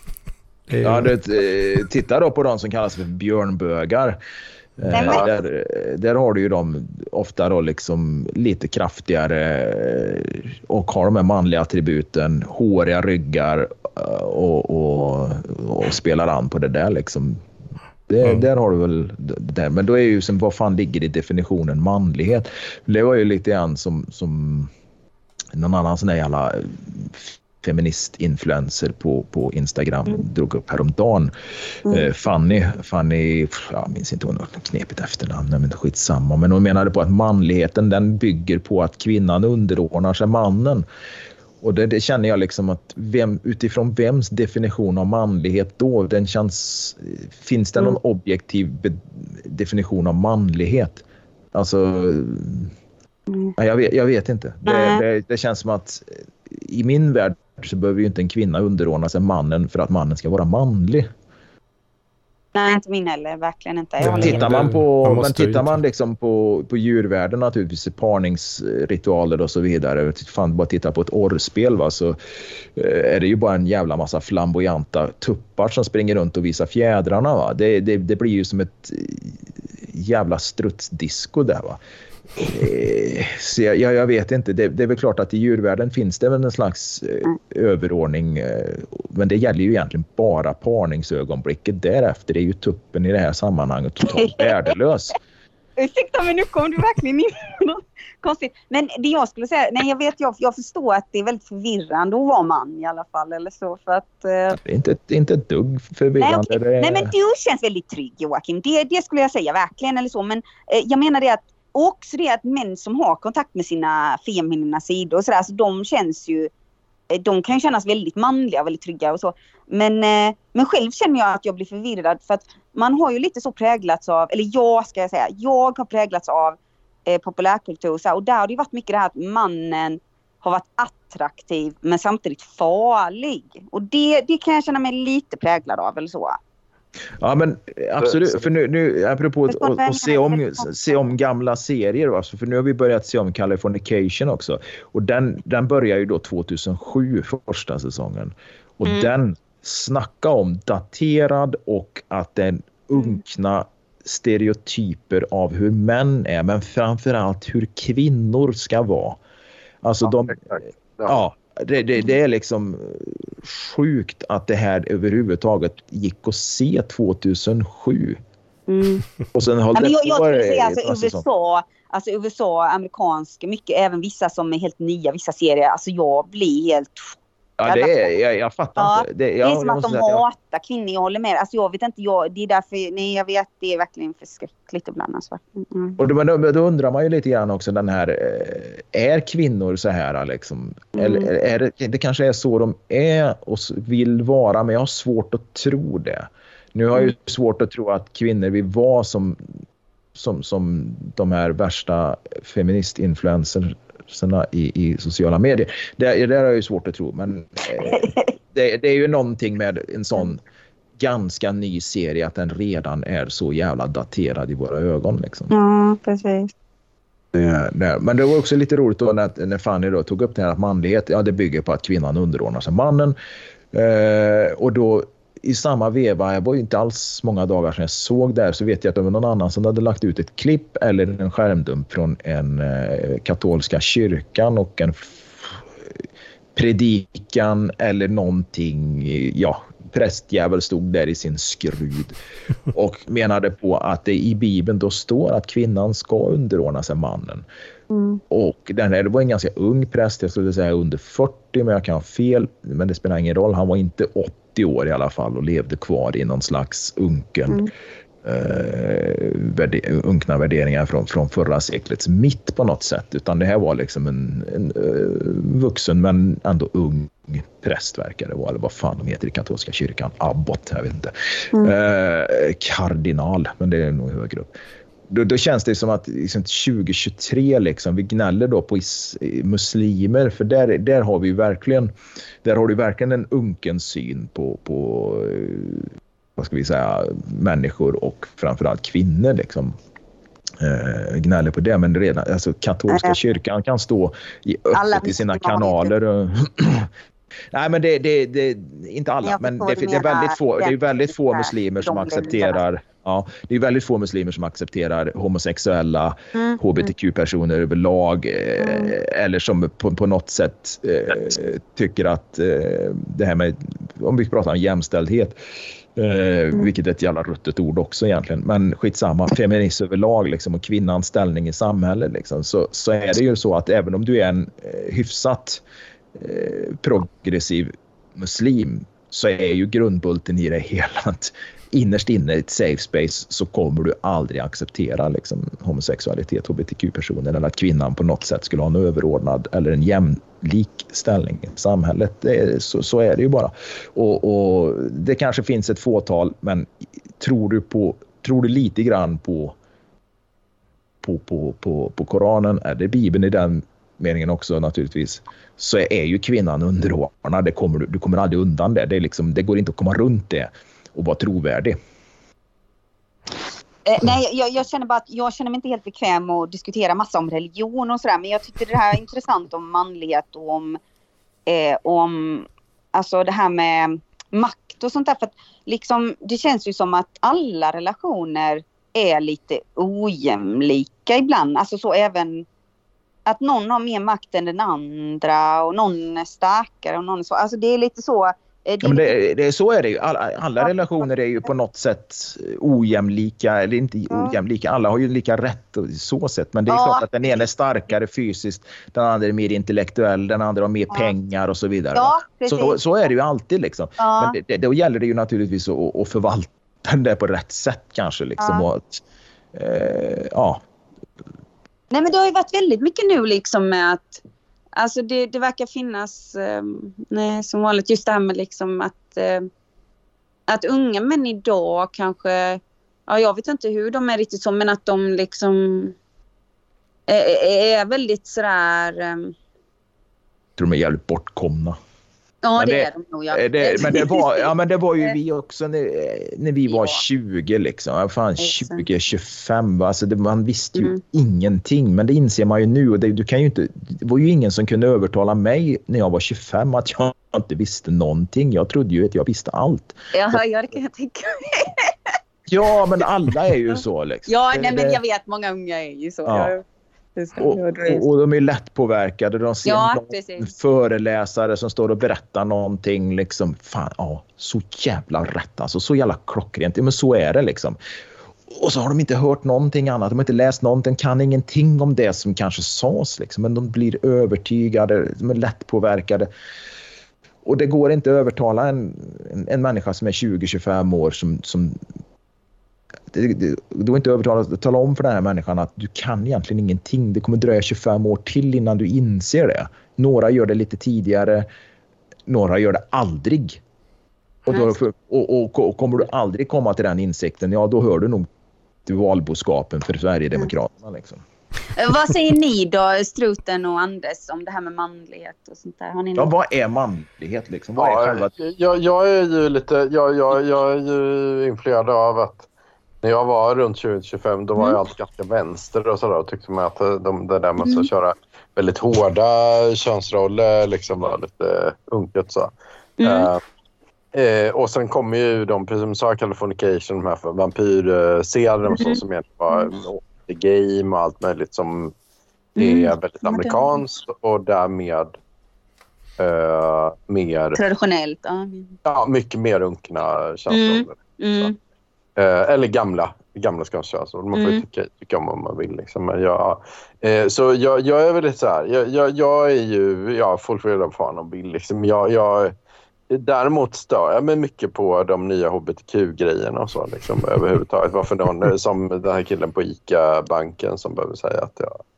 Titta då på de som kallas för björnbögar. Där har du ju de ofta då liksom lite kraftigare och har de här manliga attributen, håriga ryggar och spelar an på det där liksom. Där har du väl där. Men då är ju som vad fan ligger i definitionen manlighet? Det var ju lite grann som någon annan sån där jävla feminist-influencer på Instagram drog upp häromdagen. Fanny, jag minns inte hon har knepigt efternamn, men skitsamma. Men hon menade på att manligheten, den bygger på att kvinnan underordnar sig mannen. Och det känner jag liksom att utifrån vems definition av manlighet då, den känns, finns det någon objektiv definition av manlighet? Alltså... Jag vet inte. Det känns som att i min värld så behöver ju inte en kvinna underordna sig mannen för att mannen ska vara manlig. Nej, inte min heller, verkligen inte. Tittar man liksom på djurvärlden naturligtvis, parningsritualer och så vidare. Fan, bara titta på ett orrspel, va, så är det ju bara en jävla massa flamboyanta tuppar som springer runt och visar fjädrarna, va. Det blir ju som ett jävla strutsdisco där, va. Så jag vet inte, det är väl klart att i djurvärlden finns det väl en slags överordning, men det gäller ju egentligen bara parningsögonblicket. Därefter är ju tuppen i det här sammanhanget totalt värdelös. Ursäkta, men nu kom du verkligen in konstigt. Men det jag skulle säga, jag förstår att det är väldigt förvirrande att vara man i alla fall, eller så, för att det är inte ett dugg förvirrande. Nej, men du känns väldigt trygg, Joakim. Det skulle jag säga verkligen, eller så, men jag menar det att också det att män som har kontakt med sina feminina sidor och sådär, alltså de kan ju kännas väldigt manliga och väldigt trygga och så. Men själv känner jag att jag blir förvirrad, för att man har ju lite så präglats av, eller jag har präglats av populärkultur så här, och där har det ju varit mycket det här att mannen har varit attraktiv men samtidigt farlig. Och det kan jag känna mig lite präglad av, eller så. Ja, men absolut, för nu apropå att se om gamla serier, alltså, för nu har vi börjat se om Californication också, och den börjar ju då 2007, första säsongen, och den snacka om daterad och att den unkna stereotyper av hur män är, men framförallt hur kvinnor ska vara. Alltså det är liksom sjukt att det här överhuvudtaget gick att se 2007. Och sen höll det jag skulle säga alltså USA, amerikansk, mycket, även vissa som är helt nya, vissa serier, alltså jag blir helt... Ja, jag fattar inte. Det är som att de hatar kvinnor, jag håller med. Alltså jag vet inte, det är därför, jag vet, det är verkligen förskräckligt ibland. Alltså. Och då undrar man ju lite grann också den här, är kvinnor så här liksom? Eller är det kanske är så de är och vill vara, men jag har svårt att tro det. Nu har jag ju svårt att tro att kvinnor vill vara som de här värsta feministinfluencerna i sociala medier. Det är ju svårt att tro, men det är ju någonting med en sån ganska ny serie att den redan är så jävla daterad i våra ögon liksom. Ja, precis. Men det var också lite roligt då när Fanny då tog upp det här att manlighet, det bygger på att kvinnan underordnar sig mannen, och då i samma veva, jag var ju inte alls många dagar sedan jag såg där, så vet jag att det var någon annan som hade lagt ut ett klipp eller en skärmdump från en katolska kyrkan och en predikan eller någonting, prästjävel stod där i sin skrud och menade på att det i Bibeln då står att kvinnan ska underordna sig mannen. Och det var en ganska ung präst, jag skulle säga under 40, men jag kan ha fel, men det spelar ingen roll, han var inte 80 år i alla fall och levde kvar i någon slags unkna värderingar från förra seklets mitt på något sätt, utan det här var liksom en vuxen men ändå ung präst verkar det vara, eller vad fan de heter i katolska kyrkan, abbot, jag vet inte, kardinal, men det är nog högre upp. Då känns det som att liksom 2023 liksom, vi gnäller då på muslimer, för där har vi verkligen, en unken syn på vad ska vi säga, människor och framförallt kvinnor liksom. Gnäller på det, men redan alltså katolska kyrkan kan stå öppet i sina kanaler. Nej, men det är inte alla, men det är väldigt få muslimer som accepterar. Ja, det är väldigt få muslimer som accepterar homosexuella, hbtq-personer överlag, eller som på något sätt tycker att det här med, om vi pratar om jämställdhet, vilket är ett jävla ruttet ord också egentligen, men skitsamma, feminism överlag liksom, och kvinnans ställning i samhället liksom, så är det ju så att även om du är en hyfsat progressiv muslim, så är ju grundbulten i det hela att innerst inne i ett safe space så kommer du aldrig acceptera liksom homosexualitet, hbtq-personer, eller att kvinnan på något sätt skulle ha en överordnad eller en jämlik ställning i samhället. Så är det ju bara. Och det kanske finns ett fåtal, men tror du lite grann på Koranen, är det Bibeln i den meningen också naturligtvis, så är ju kvinnan underordnad. Du kommer aldrig undan det. Det går inte att komma runt det och vara trovärdig. Nej, jag känner bara att jag känner mig inte helt bekväm att diskutera massa om religion och sådär. Men jag tyckte det här är intressant om manlighet och om alltså det här med makt och sånt där. För att liksom, det känns ju som att alla relationer är lite ojämlika ibland. Alltså så även att någon har mer makt än den andra och någon är starkare och någon är så. Alltså det är lite så. Så är det ju. Alla relationer är ju på något sätt ojämlika, eller inte ojämlika. Alla har ju lika rätt så sätt. Men det är klart att den ena är starkare fysiskt, den andra är mer intellektuell, den andra har mer pengar och så vidare. Ja, så är det ju alltid liksom. Ja. Men då gäller det ju naturligtvis att förvalta det på rätt sätt kanske liksom. Och att, Nej, men det har ju varit väldigt mycket nu liksom med att alltså det verkar finnas som vanligt just det här med liksom att unga män idag kanske, jag vet inte hur de är riktigt så, men att de liksom är väldigt sådär tror de är jävligt bortkomna. Ja, men det är de nog. Men det var ju vi också när vi var 20 liksom. Fan, 20-25. Alltså man visste ju ingenting. Men det inser man ju nu. Och det var ju ingen som kunde övertala mig när jag var 25 att jag inte visste någonting. Jag trodde ju att jag visste allt. Ja, det kan jag tänka mig. Ja, men alla är ju så liksom. Ja, men jag vet många unga är ju så. Ja. Och de är lätt påverkade. De ser en föreläsare som står och berättar någonting liksom, fan, så jävla rätt alltså, så jävla klockrent. Men så är det liksom. Och så har de inte hört någonting annat. De har inte läst någonting, kan ingenting om det som kanske sades liksom. Men de blir övertygade, de är lätt påverkade. Och det går inte att övertala en människa som är 20-25 år som det går inte att tala om för den här människan att du kan egentligen ingenting. Det kommer dröja 25 år till innan du inser det. Några gör det lite tidigare, några gör det aldrig. Och kommer du aldrig komma till den insikten, då hör du nog till valboskapen för Sverigedemokraterna liksom. Vad säger ni då, Struten och Anders, om det här med manlighet och sånt där? Har ni vad är manlighet liksom? Vad är själva... jag är ju lite jag är ju influerad av att när jag var runt 20-25 då var jag alltid ganska vänster och sådär och tyckte man att det där med att köra väldigt hårda könsroller liksom var lite unket så. Och sen kommer ju de, precis som sa, Californication, de här för vampyrserien och så som egentligen var The Game och allt möjligt som är väldigt amerikanskt och därmed mer traditionellt. Ja, mycket mer unkna könsroller. Eller gamla könsroller. Man får ju tycka om vad man vill liksom. Men så jag är väldigt så här. Jag är ju folk vill fan om vill liksom. Jag däremot stör jag mig mycket på de nya HBTQ-grejerna och så liksom överhuvudtaget. Varför någon som den här killen på ICA-banken som behöver säga att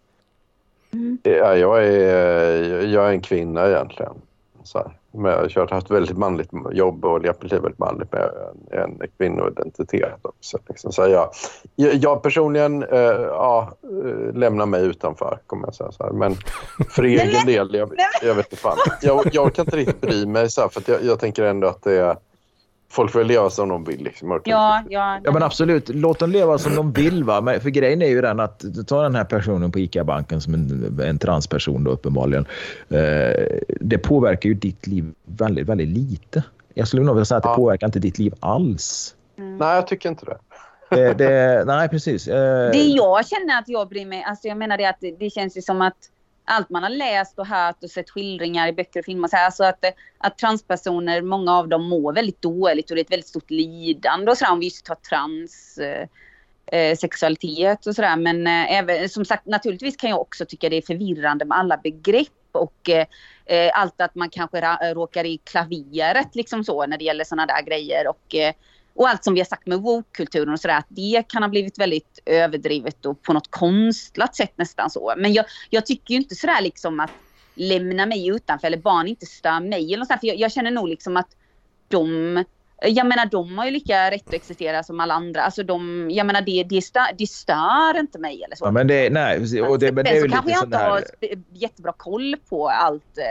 jag är en kvinna egentligen. Så här. Men jag har haft väldigt manligt jobb och levt väldigt manligt med en kvinnoidentitet också. Liksom. Så jag personligen lämnar mig utanför, kommer jag säga så här. Men för egen del, jag vet inte fan. Jag kan inte riktigt bry mig så här, för att jag tänker ändå att det är folk får leva som de vill liksom. Ja, men absolut, låt dem leva som de vill va. Men för grejen är ju den att ta den här personen på ICA-banken som en transperson då uppenbarligen. Det påverkar ju ditt liv väldigt, väldigt lite. Jag skulle nog vilja säga att det påverkar inte ditt liv alls. Nej, jag tycker inte det. Nej, precis. Det jag känner att jag bryr mig, alltså jag menar det att det känns ju som att allt man har läst och hört och sett skildringar i böcker och filmer så här, alltså att transpersoner, många av dem mår väldigt dåligt och det är ett väldigt stort lidande och så här, om vi just tar sexualitet och sådär. Men även, som sagt, naturligtvis kan jag också tycka det är förvirrande med alla begrepp och allt att man kanske råkar i klaveret liksom så när det gäller sådana där grejer och allt som vi har sagt med woke-kulturen och sådär, att det kan ha blivit väldigt överdrivet och på något konstlat sätt nästan så. Men jag tycker ju inte sådär liksom att lämna mig utanför eller barn inte stör mig eller sådär, för jag känner nog liksom att de har ju lika rätt att existera som alla andra. Alltså det stör inte mig eller så. Ja, men det, nej, och det, men det är ju så kanske jag inte har jättebra koll på allt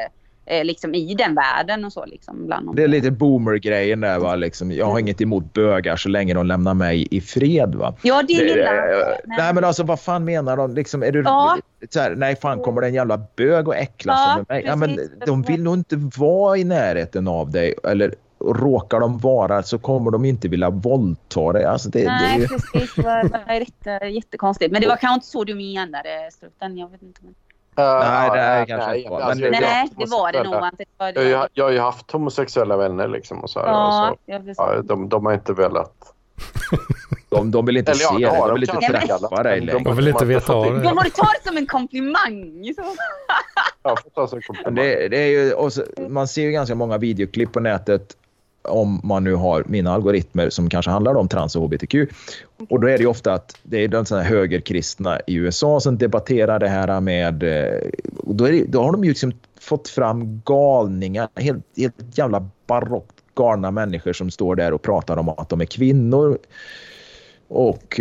liksom i den världen och så liksom bland det är lite boomer-grejen där, va, liksom. Jag har inget emot bögar så länge de lämnar mig i fred, va. Ja, det nej, men alltså vad fan menar de liksom, är du så här, nej fan, kommer det en jävla bög och äckla sig med mig? Ja, men de vill nog inte vara i närheten av dig, eller råkar de vara så kommer de inte vilja våldta dig. Alltså nej, precis. Det var jättekonstigt. Men det var kanske inte så du menade, Struten. Jag vet inte. Nej, det är kanske inte bra. Nej, det var det nog inte. Jag har ju haft homosexuella vänner liksom och så här. Ja, de har inte velat. De vill inte se det. De vill inte träffa dig längre. De vill inte veta av det. De har tagit det som en komplimang. Ja, får ta som en komplimang. Det är ju, och så, man ser ju ganska många videoklipp på nätet om man nu har mina algoritmer som kanske handlar om trans och hbtq. Och då är det ju ofta att det är de såna här högerkristna i USA som debatterar det här med... Då har de ju liksom fått fram galningar, helt jävla barockt galna människor som står där och pratar om att de är kvinnor. Och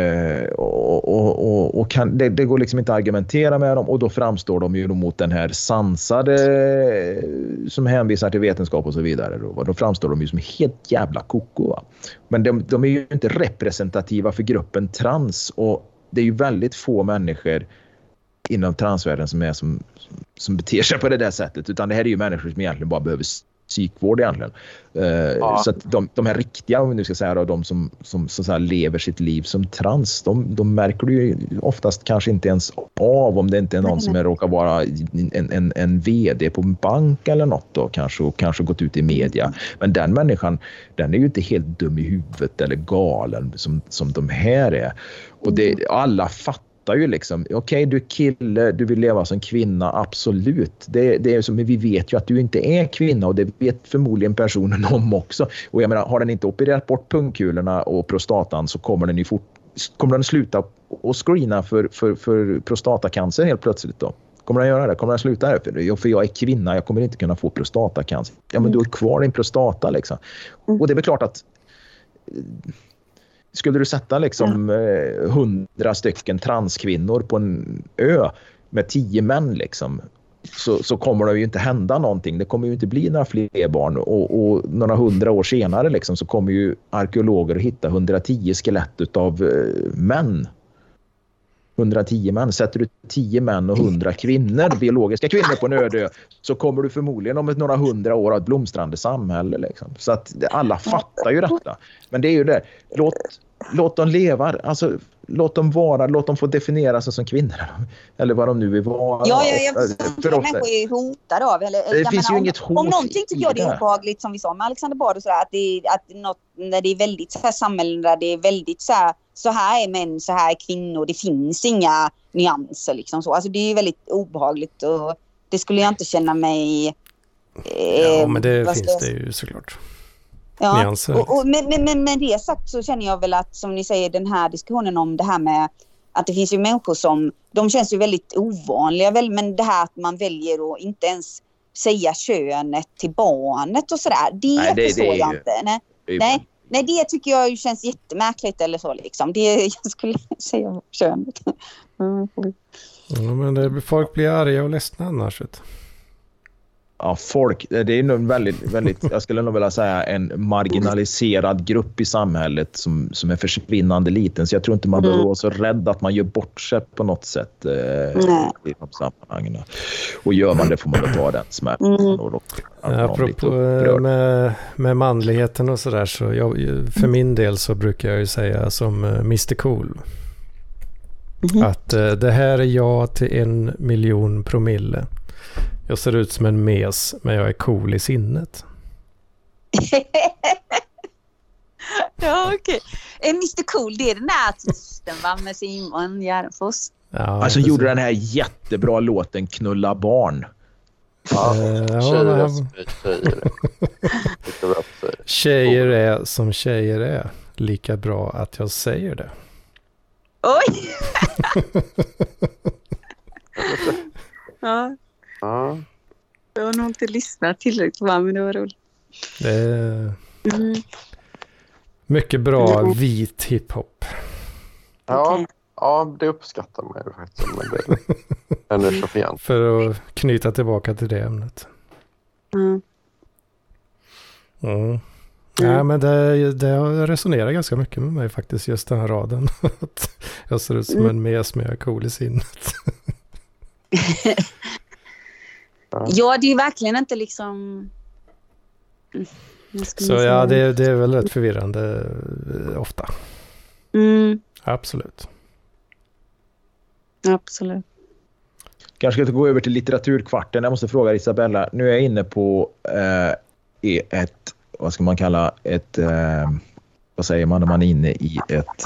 kan, det går liksom inte att argumentera med dem, och då framstår de ju mot den här sansade som hänvisar till vetenskap och så vidare. Då framstår de ju som helt jävla koko, va? Men de är ju inte representativa för gruppen trans, och det är ju väldigt få människor inom transvärlden som beter sig på det där sättet, utan det här är ju människor som egentligen bara behöver psykvård egentligen. Så att de här riktiga, om vi nu ska säga då, de som så att säga lever sitt liv som trans, de märker du ju oftast kanske inte ens av, om det inte är någon som råkar vara en vd på en bank eller något då, kanske gått ut i media. Men den människan, den är ju inte helt dum i huvudet eller galen som de här är. Och alla fattar ju liksom, okej, du är kille, du vill leva som kvinna, absolut. Det är som, men vi vet ju att du inte är kvinna, och det vet förmodligen personen om också. Och jag menar, har den inte opererat bort pungkulorna och prostatan, så kommer den sluta och screena för prostatacancer helt plötsligt då. Kommer den göra det? Kommer den sluta det? För jag är kvinna, jag kommer inte kunna få prostatacancer. Ja, men du är kvar din prostata liksom. Och det är väl klart att skulle du sätta liksom 100 stycken transkvinnor på en ö med 10 män liksom, så kommer det ju inte hända någonting. Det kommer ju inte bli några fler barn, och några 100 år senare liksom, så kommer ju arkeologer att hitta 110 skelett av män. 110 män. Sätter du 10 män och 100 kvinnor, biologiska kvinnor på en öde ö, så kommer du förmodligen om några 100 år ha ett blomstrande samhälle liksom. Så att alla fattar ju detta. Men det är ju det. Låt dem leva. Alltså, låt dem få definiera sig som kvinnor. Eller vad de nu vill vara. Ja, människor är hotade av. Det finns ju inget hot. Om någonting tycker jag det är obehagligt, som vi sa med Alexander Bard och sådär, när det är väldigt så här samhällen där det är väldigt så här är män, så här är kvinnor. Det finns inga nyanser liksom så. Alltså det är väldigt obehagligt, och det skulle jag inte känna mig... ja, men det finns det ju såklart. Ja, men med det sagt så känner jag väl att, som ni säger, den här diskussionen om det här med att det finns ju människor som, de känns ju väldigt ovanliga väl, men det här att man väljer att inte ens säga könet till barnet och sådär, det förstår jag inte. Nej, det tycker jag ju känns jättemärkligt eller så liksom. Jag skulle säga könet. Ja, men folk blir arga och ledsna annars. Ja, folk, det är nog väldigt, jag skulle nog vilja säga en marginaliserad grupp i samhället som är försvinnande liten. Så jag tror inte man behöver vara så rädd att man gör bort sig på något sätt i de sammanhangen. Och gör man det får man ta den smärtan. Apropå med manligheten och sådär, så för min del så brukar jag ju säga som Mr. Cool. Att det här är jag till 1 miljon promille. Jag ser ut som en mes, men jag är cool i sinnet. Ja, okej. Mr. Cool, det är den där artisten, va, med Simon Gärdenfors. Ja, alltså gjorde den här jättebra låten Knulla barn. Tjejer är som tjejer är. Lika bra att jag säger det. Oj! Ja. Ja. Jag har nog inte lyssnat tillräckligt, men det var roligt. Det är mycket bra vit hiphop. Ja, ja, det uppskattar man ju faktiskt. Men det är så fint. För att knyta tillbaka till det ämnet. Ja, men det resonerar ganska mycket med mig faktiskt, just den här raden. Jag ser ut som en mes men jag är cool i sinnet. Ja, det är ju verkligen inte liksom... Så ja, det är väl rätt förvirrande ofta. Absolut. Kanske ska gå över till litteraturkvarten. Jag måste fråga Isabella. Nu är jag inne på ett, vad ska man kalla ett, vad säger man när man är inne i ett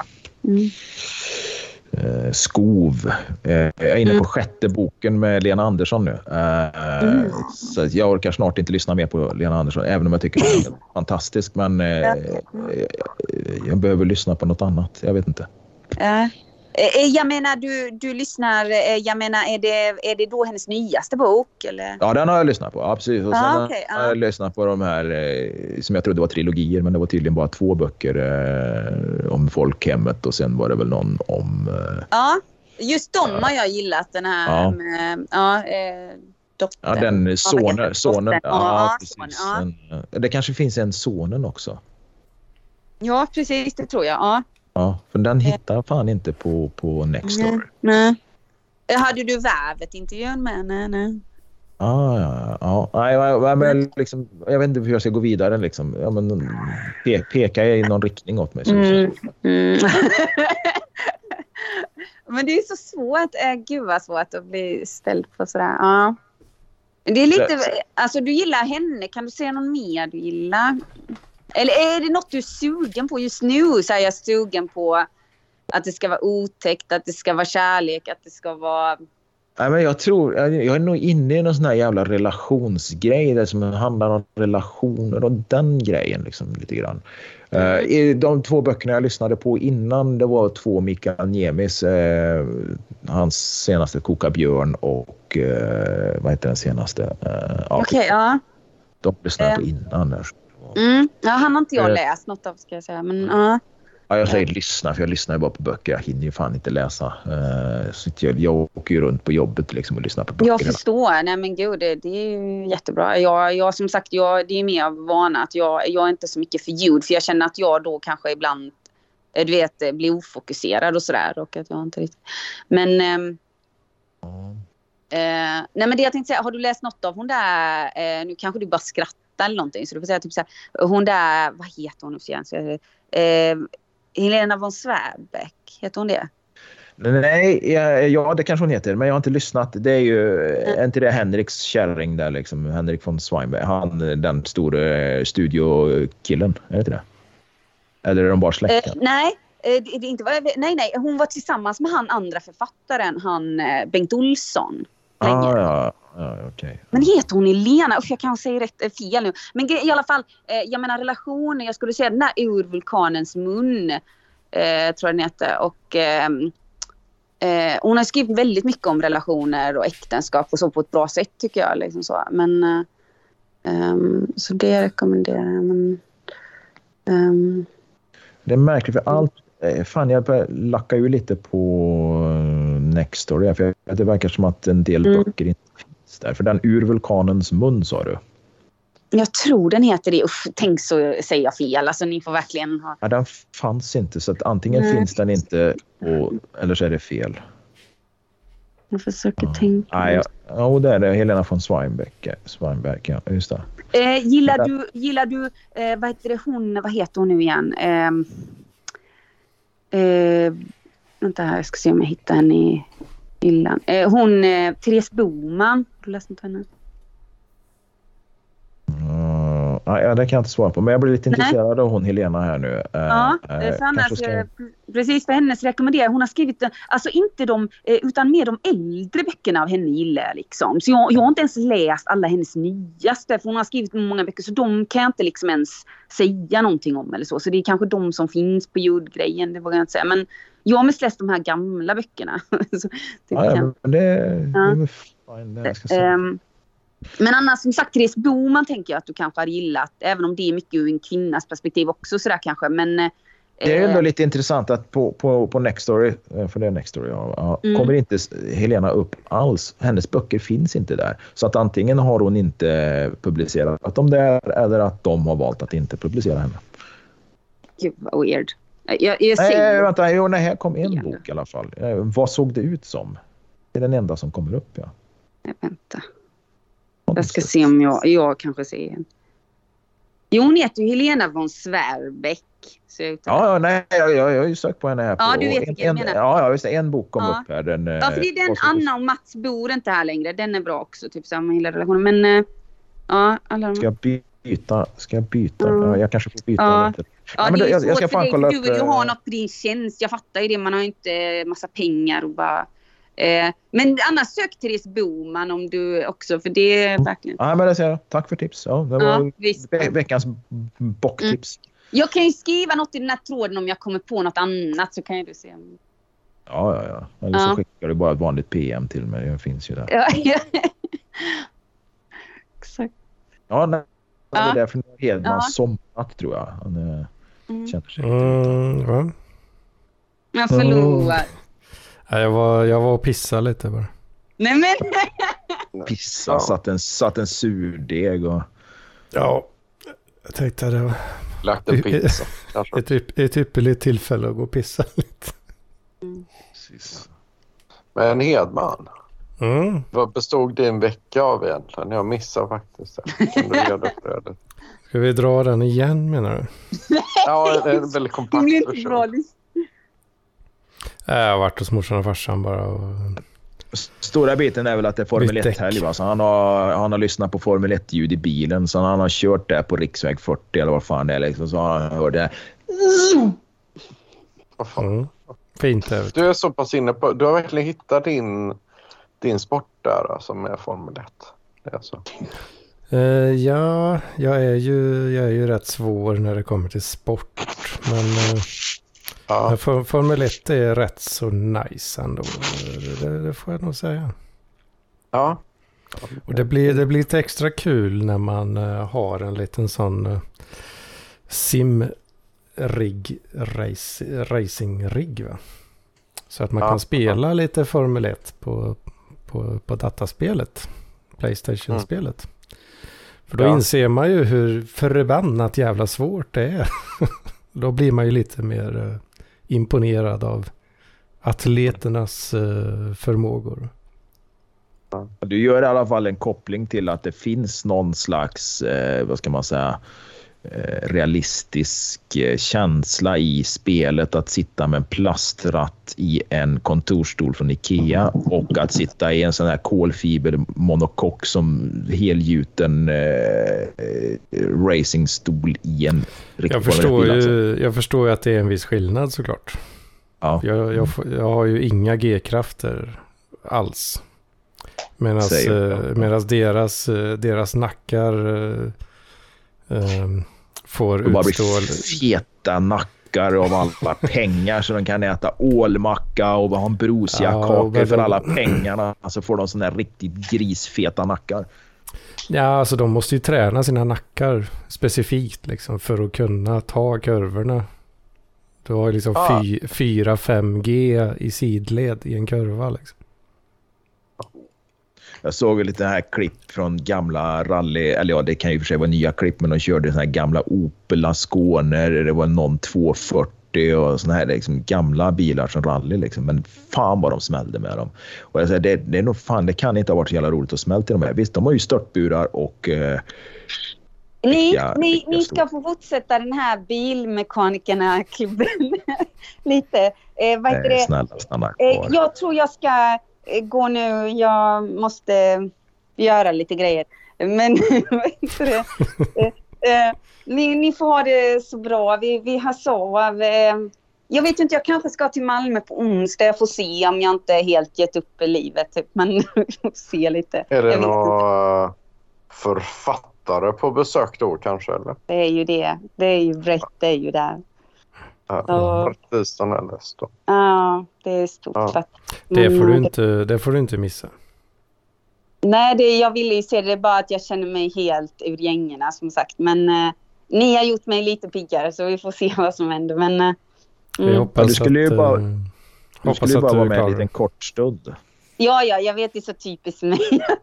skov. Jag är inne på 6:e boken med Lena Andersson nu. Så jag orkar snart inte lyssna mer på Lena Andersson, även om jag tycker att den är fantastisk. Men jag behöver lyssna på något annat. Jag vet inte. Jag menar, du lyssnar, jag menar, är det då hennes nyaste bok? Eller? Ja, den har jag lyssnat på, absolut. Och sen har jag lyssnat på de här som jag trodde var trilogier, men det var tydligen bara 2 böcker om folkhemmet, och sen var det väl någon om... Ja, just de har jag gillat, den här med, dottern. Ja, den sonen. Ja, precis. Det kanske finns en sonen också. Ja, precis, det tror jag, ja. Ja, för den hittar jag fan inte på Nextory. Nej. Hade du Värvet-intervjun med? Nej. Ja. Nej, men liksom, jag vet inte hur jag ska gå vidare. Liksom. Ja, men, peka i någon riktning åt mig. Men det är så svårt. Gud vad svårt att bli ställd på sådär. Ja. Det är lite, alltså du gillar henne. Kan du säga någon mer du gillar? Eller är det något du är sugen på just nu? Så är jag sugen på att det ska vara otäckt, att det ska vara kärlek, att det ska vara... Nej, men jag tror, jag är nog inne i någon sån här jävla relationsgrej där som handlar om relationer och den grejen liksom lite grann. De 2 böckerna jag lyssnade på innan, det var 2 Mikael Niemis, hans senaste Koka björn och vad heter den senaste? Okej, ja. De lyssnade på innan där. Ja, han har inte jag läst något av, ska jag säga. Men, ja, jag säger lyssna, för jag lyssnar ju bara på böcker. Jag hinner ju fan inte läsa. Så jag åker ju runt på jobbet liksom och lyssnar på böcker. Jag förstår. Nej, men gud, det är ju jättebra. Jag som sagt, det är mer av vana att jag är inte så mycket för ljud. För jag känner att jag då kanske ibland, du vet, blir ofokuserad och sådär. Och att jag inte riktigt... Men... nej, men det jag tänkte säga, har du läst något av hon där... nu kanske du bara skrattar eller någonting, så du får säga typ så här, hon där, vad heter hon nu igen? Helena von Svärbeck, heter hon det? Nej, ja, det kanske hon heter, men jag har inte lyssnat. Det är ju inte det Henriks kärring där liksom, Henrik von Sweinberg, han, den stora studiokillen, är det inte det? Eller är de bara släkten? Nej, det inte var, nej, hon var tillsammans med han andra författaren, han Bengt Olsson. Ja, okay. Men heter hon Helena? Jag kan säga rätt fel nu. Men i alla fall, jag menar relationer. Jag skulle säga den där Ur vulkanens mun, tror jag den heter. Och hon har skrivit väldigt mycket om relationer och äktenskap och så på ett bra sätt, tycker jag. Liksom så. Men, så det rekommenderar jag. Men, det är märkligt för allt. Fan, jag lackar ju lite på Nextory, för det verkar som att en del böcker inte finns där. För den Ur vulkanens mun, sa du? Jag tror den heter det. Tänk så säger jag fel. Alltså ni får verkligen ha... Ja, den fanns inte, så att antingen finns den inte eller så är det fel. Jag försöker tänka. Nej, det är det. Helena von Sweinberg, ja, just det. Gillar du vad heter hon nu igen? Vänta här, jag ska se om jag hittar henne i hyllan. Hon, Therese Boman. Har du läst något av henne? Ja, det kan jag inte svara på. Men jag blir lite intresserad av hon Helena här nu. Ja, för annars, precis för hennes rekommenderar. Hon har skrivit, alltså inte utan mer de äldre böckerna av henne gillar jag liksom. Så jag har inte ens läst alla hennes nyaste. För hon har skrivit många böcker, så de kan jag inte liksom ens säga någonting om eller så. Så det är kanske de som finns på ljudgrejen, det vågar jag inte säga. Men jag har mest läst de här gamla böckerna. Så det är fine. Men annars, som sagt, Therese Boman tänker jag att du kanske har gillat, även om det är mycket ur en kvinnas perspektiv också sådär kanske, men Det är ändå lite intressant att på Nextory, för det är Nextory, kommer inte Helena upp alls. Hennes böcker finns inte där. Så att antingen har hon inte publicerat dem där eller att de har valt att inte publicera henne. Gud vad weird. Vänta, här kom en bok i alla fall. Vad såg det ut som? Det är den enda som kommer upp, ja. Vänta. Jag ska se om jag kanske ser en. Jo, hon heter ju Helena von Svärbeck. Jag har ju sökt på henne här. Ja, du vet vilken jag menar. Ja, visst, en bok kom upp här. För det är den Anna och Mats bor inte här längre. Den är bra också, typ samma hela relationen. Men, alla Ska jag byta? Ja, jag kanske får byta lite. Ja, men jag ska fan kolla upp. Du vill ju ha något på din tjänst. Jag fattar ju det, man har ju inte massa pengar och bara... men annars sök Therese Boman om du också, för det är verkligen... Ja, men det säger jag. Tack för tips. Ja, det var veckans bocktips. Jag kan ju skriva något i den här tråden om jag kommer på något annat, så kan ju du se. Ja. Eller så skickar du bara ett vanligt PM till mig. Det finns ju där. Ja. Exakt. Ja, nej. Det är därför Hedman somnat, tror jag. Han känner sig ja. Jag förlorar. Jag var och pissade lite bara. Nej men. Pissa, satt en surdeg och... Ja, jag tänkte det var... Lagt en pizza. Ett ypperligt tillfälle att gå och pissa lite. Precis. Men Hedman, vad bestod din vecka av egentligen? Jag missar faktiskt det. Kan du reda upp det? Ska vi dra den igen, menar du? Ja, det är en väldigt kompakt version. Jag har varit hos morsan och farsan bara. Och... Stora biten är väl att det är Formel 1-helg. Så han har lyssnat på Formel 1-ljud i bilen. Så han har kört där på riksväg 40 eller vad fan det är. Liksom, så har han hört det. Fint. Du är så pass inne på... Du har verkligen hittat din sport där som är Formel 1. Det är så. Ja, jag är ju rätt svår när det kommer till sport. Men... Formel 1 är rätt så nice ändå. Det får jag nog säga. Ja. Och det blir lite extra kul när man har en liten sån racing-rigg, va? Så att man kan spela lite Formel 1 på dataspelet. PlayStation-spelet. För då inser man ju hur förbannat jävla svårt det är. Då blir man ju lite mer imponerad av atleternas förmågor. Du gör i alla fall en koppling till att det finns någon slags, vad ska man säga, realistisk känsla i spelet att sitta med en plastratt i en kontorstol från Ikea och att sitta i en sån här kolfibermonokock som helgjuten racingstol i en riktig jag förstår ju att det är en viss skillnad såklart. Ja. Jag har ju inga G-krafter alls. Medan deras nackar får utstå feta nackar av alla pengar så de kan äta ålmacka och ha en brosiakakor för alla pengarna. Alltså får de såna här riktigt grisfeta nackar. Ja, alltså de måste ju träna sina nackar specifikt liksom för att kunna ta kurvorna. Du har liksom 4-5G i sidled i en kurva liksom. Jag såg lite här klipp från gamla rally, eller ja, det kan ju för sig vara nya klipp, men de körde såna här gamla Opel Skåner, det var någon 240 och såna här liksom gamla bilar som rally liksom, men fan vad de smällde med dem. Och jag säger, det är nog fan, det kan inte ha varit så jävla roligt att smälta i de här. Visst, de har ju störtburar och ni ska få fortsätta den här bilmekanikerna-klubben lite. Vad heter det? Snälla. Jag tror jag ska gå nu. Jag måste göra lite grejer. Men ni får ha det så bra. Vi har sov. Jag vet inte, jag kanske ska till Malmö på onsdag. Jag får se om jag inte helt gett upp i livet. Typ. Men vi får se lite. Är det några författare på besök då kanske? Eller? Det är ju det. Det är ju Brett, det är ju där. Ja, det är stort. Ja. Det får du inte missa. Nej, jag ville ju se det, bara att jag känner mig helt ur gängerna som sagt. Men ni har gjort mig lite piggare så vi får se vad som händer. Men Jag hoppas du skulle ju bara, du skulle bara vara med en liten kort stund. Ja, jag vet, det är så typiskt mig.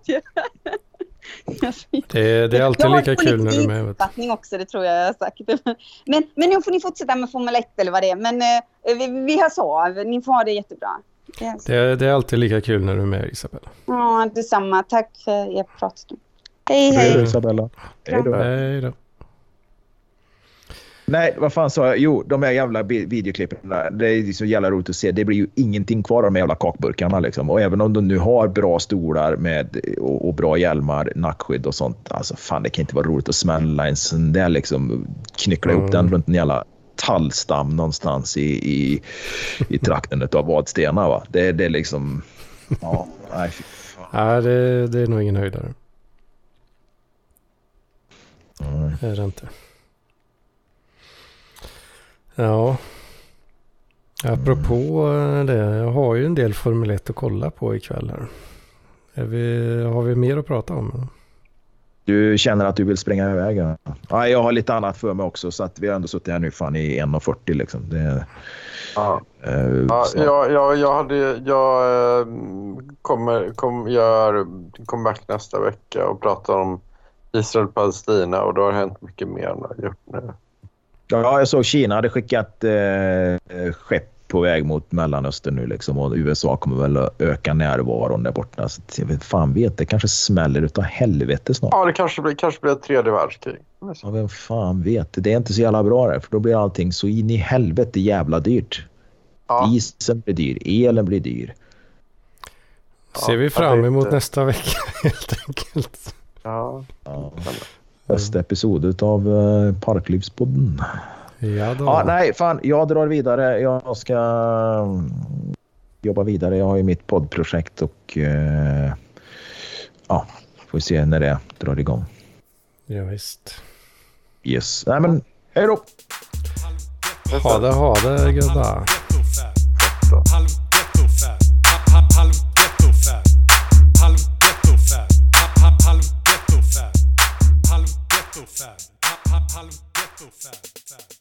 Det är alltid lika kul när du är med. Uppfattning också, det tror jag har sagt. Men nu får ni fortsätta med Formel 1 eller vad det är. Men vi hörs av. Ni får ha det jättebra. Det är alltid lika kul när du är med, Isabella. Ja, detsamma. Tack för er pratstund. Hej. Isabella. Hej då. Nej, vad fan sa jag? Jo, de här jävla videoklippen, det är så jävla roligt att se. Det blir ju ingenting kvar av de jävla kakburkarna liksom. Och även om de nu har bra stolar med och bra hjälmar, nackskydd och sånt. Alltså fan, det kan inte vara roligt att smälla en sån där liksom, knyckla ihop den runt en jävla tallstam någonstans i trakten av Vadstena, va? Det är liksom... Ja, nej, fy fan. Ja, det är nog ingen höjdare. Det är det inte. Ja. Apropå det, jag har ju en del Formel 1 att kolla på ikväll här. Har vi mer att prata om? Du känner att du vill springa iväg? Ja, jag har lite annat för mig också, så att vi har ändå suttit här nu fan i 1:40 liksom. Jag kommer comeback nästa vecka och pratar om Israel-Palestina, och då har det hänt mycket mer än jag gjort nu. Ja, jag såg Kina hade skickat skepp på väg mot Mellanöstern nu liksom, och USA kommer väl att öka närvaron där borta. Så fan vet, det kanske smäller utav helvete snart. Ja, det kanske blir ett tredje världskrig. Ja, vem fan vet. Det är inte så jävla bra där, för då blir allting så in i helvete jävla dyrt. Ja. Isen blir dyr, elen blir dyr. Ser vi fram emot nästa vecka helt enkelt. Ja. Bästa episod av Parklivspodden. Ja då. Ja, nej, fan, jag drar vidare. Jag ska jobba vidare. Jag har ju mitt poddprojekt och får se när det drar igång. Ja, visst. Yes. Nej, men hej då! Ha det, gubbar. Halv ghetto fab.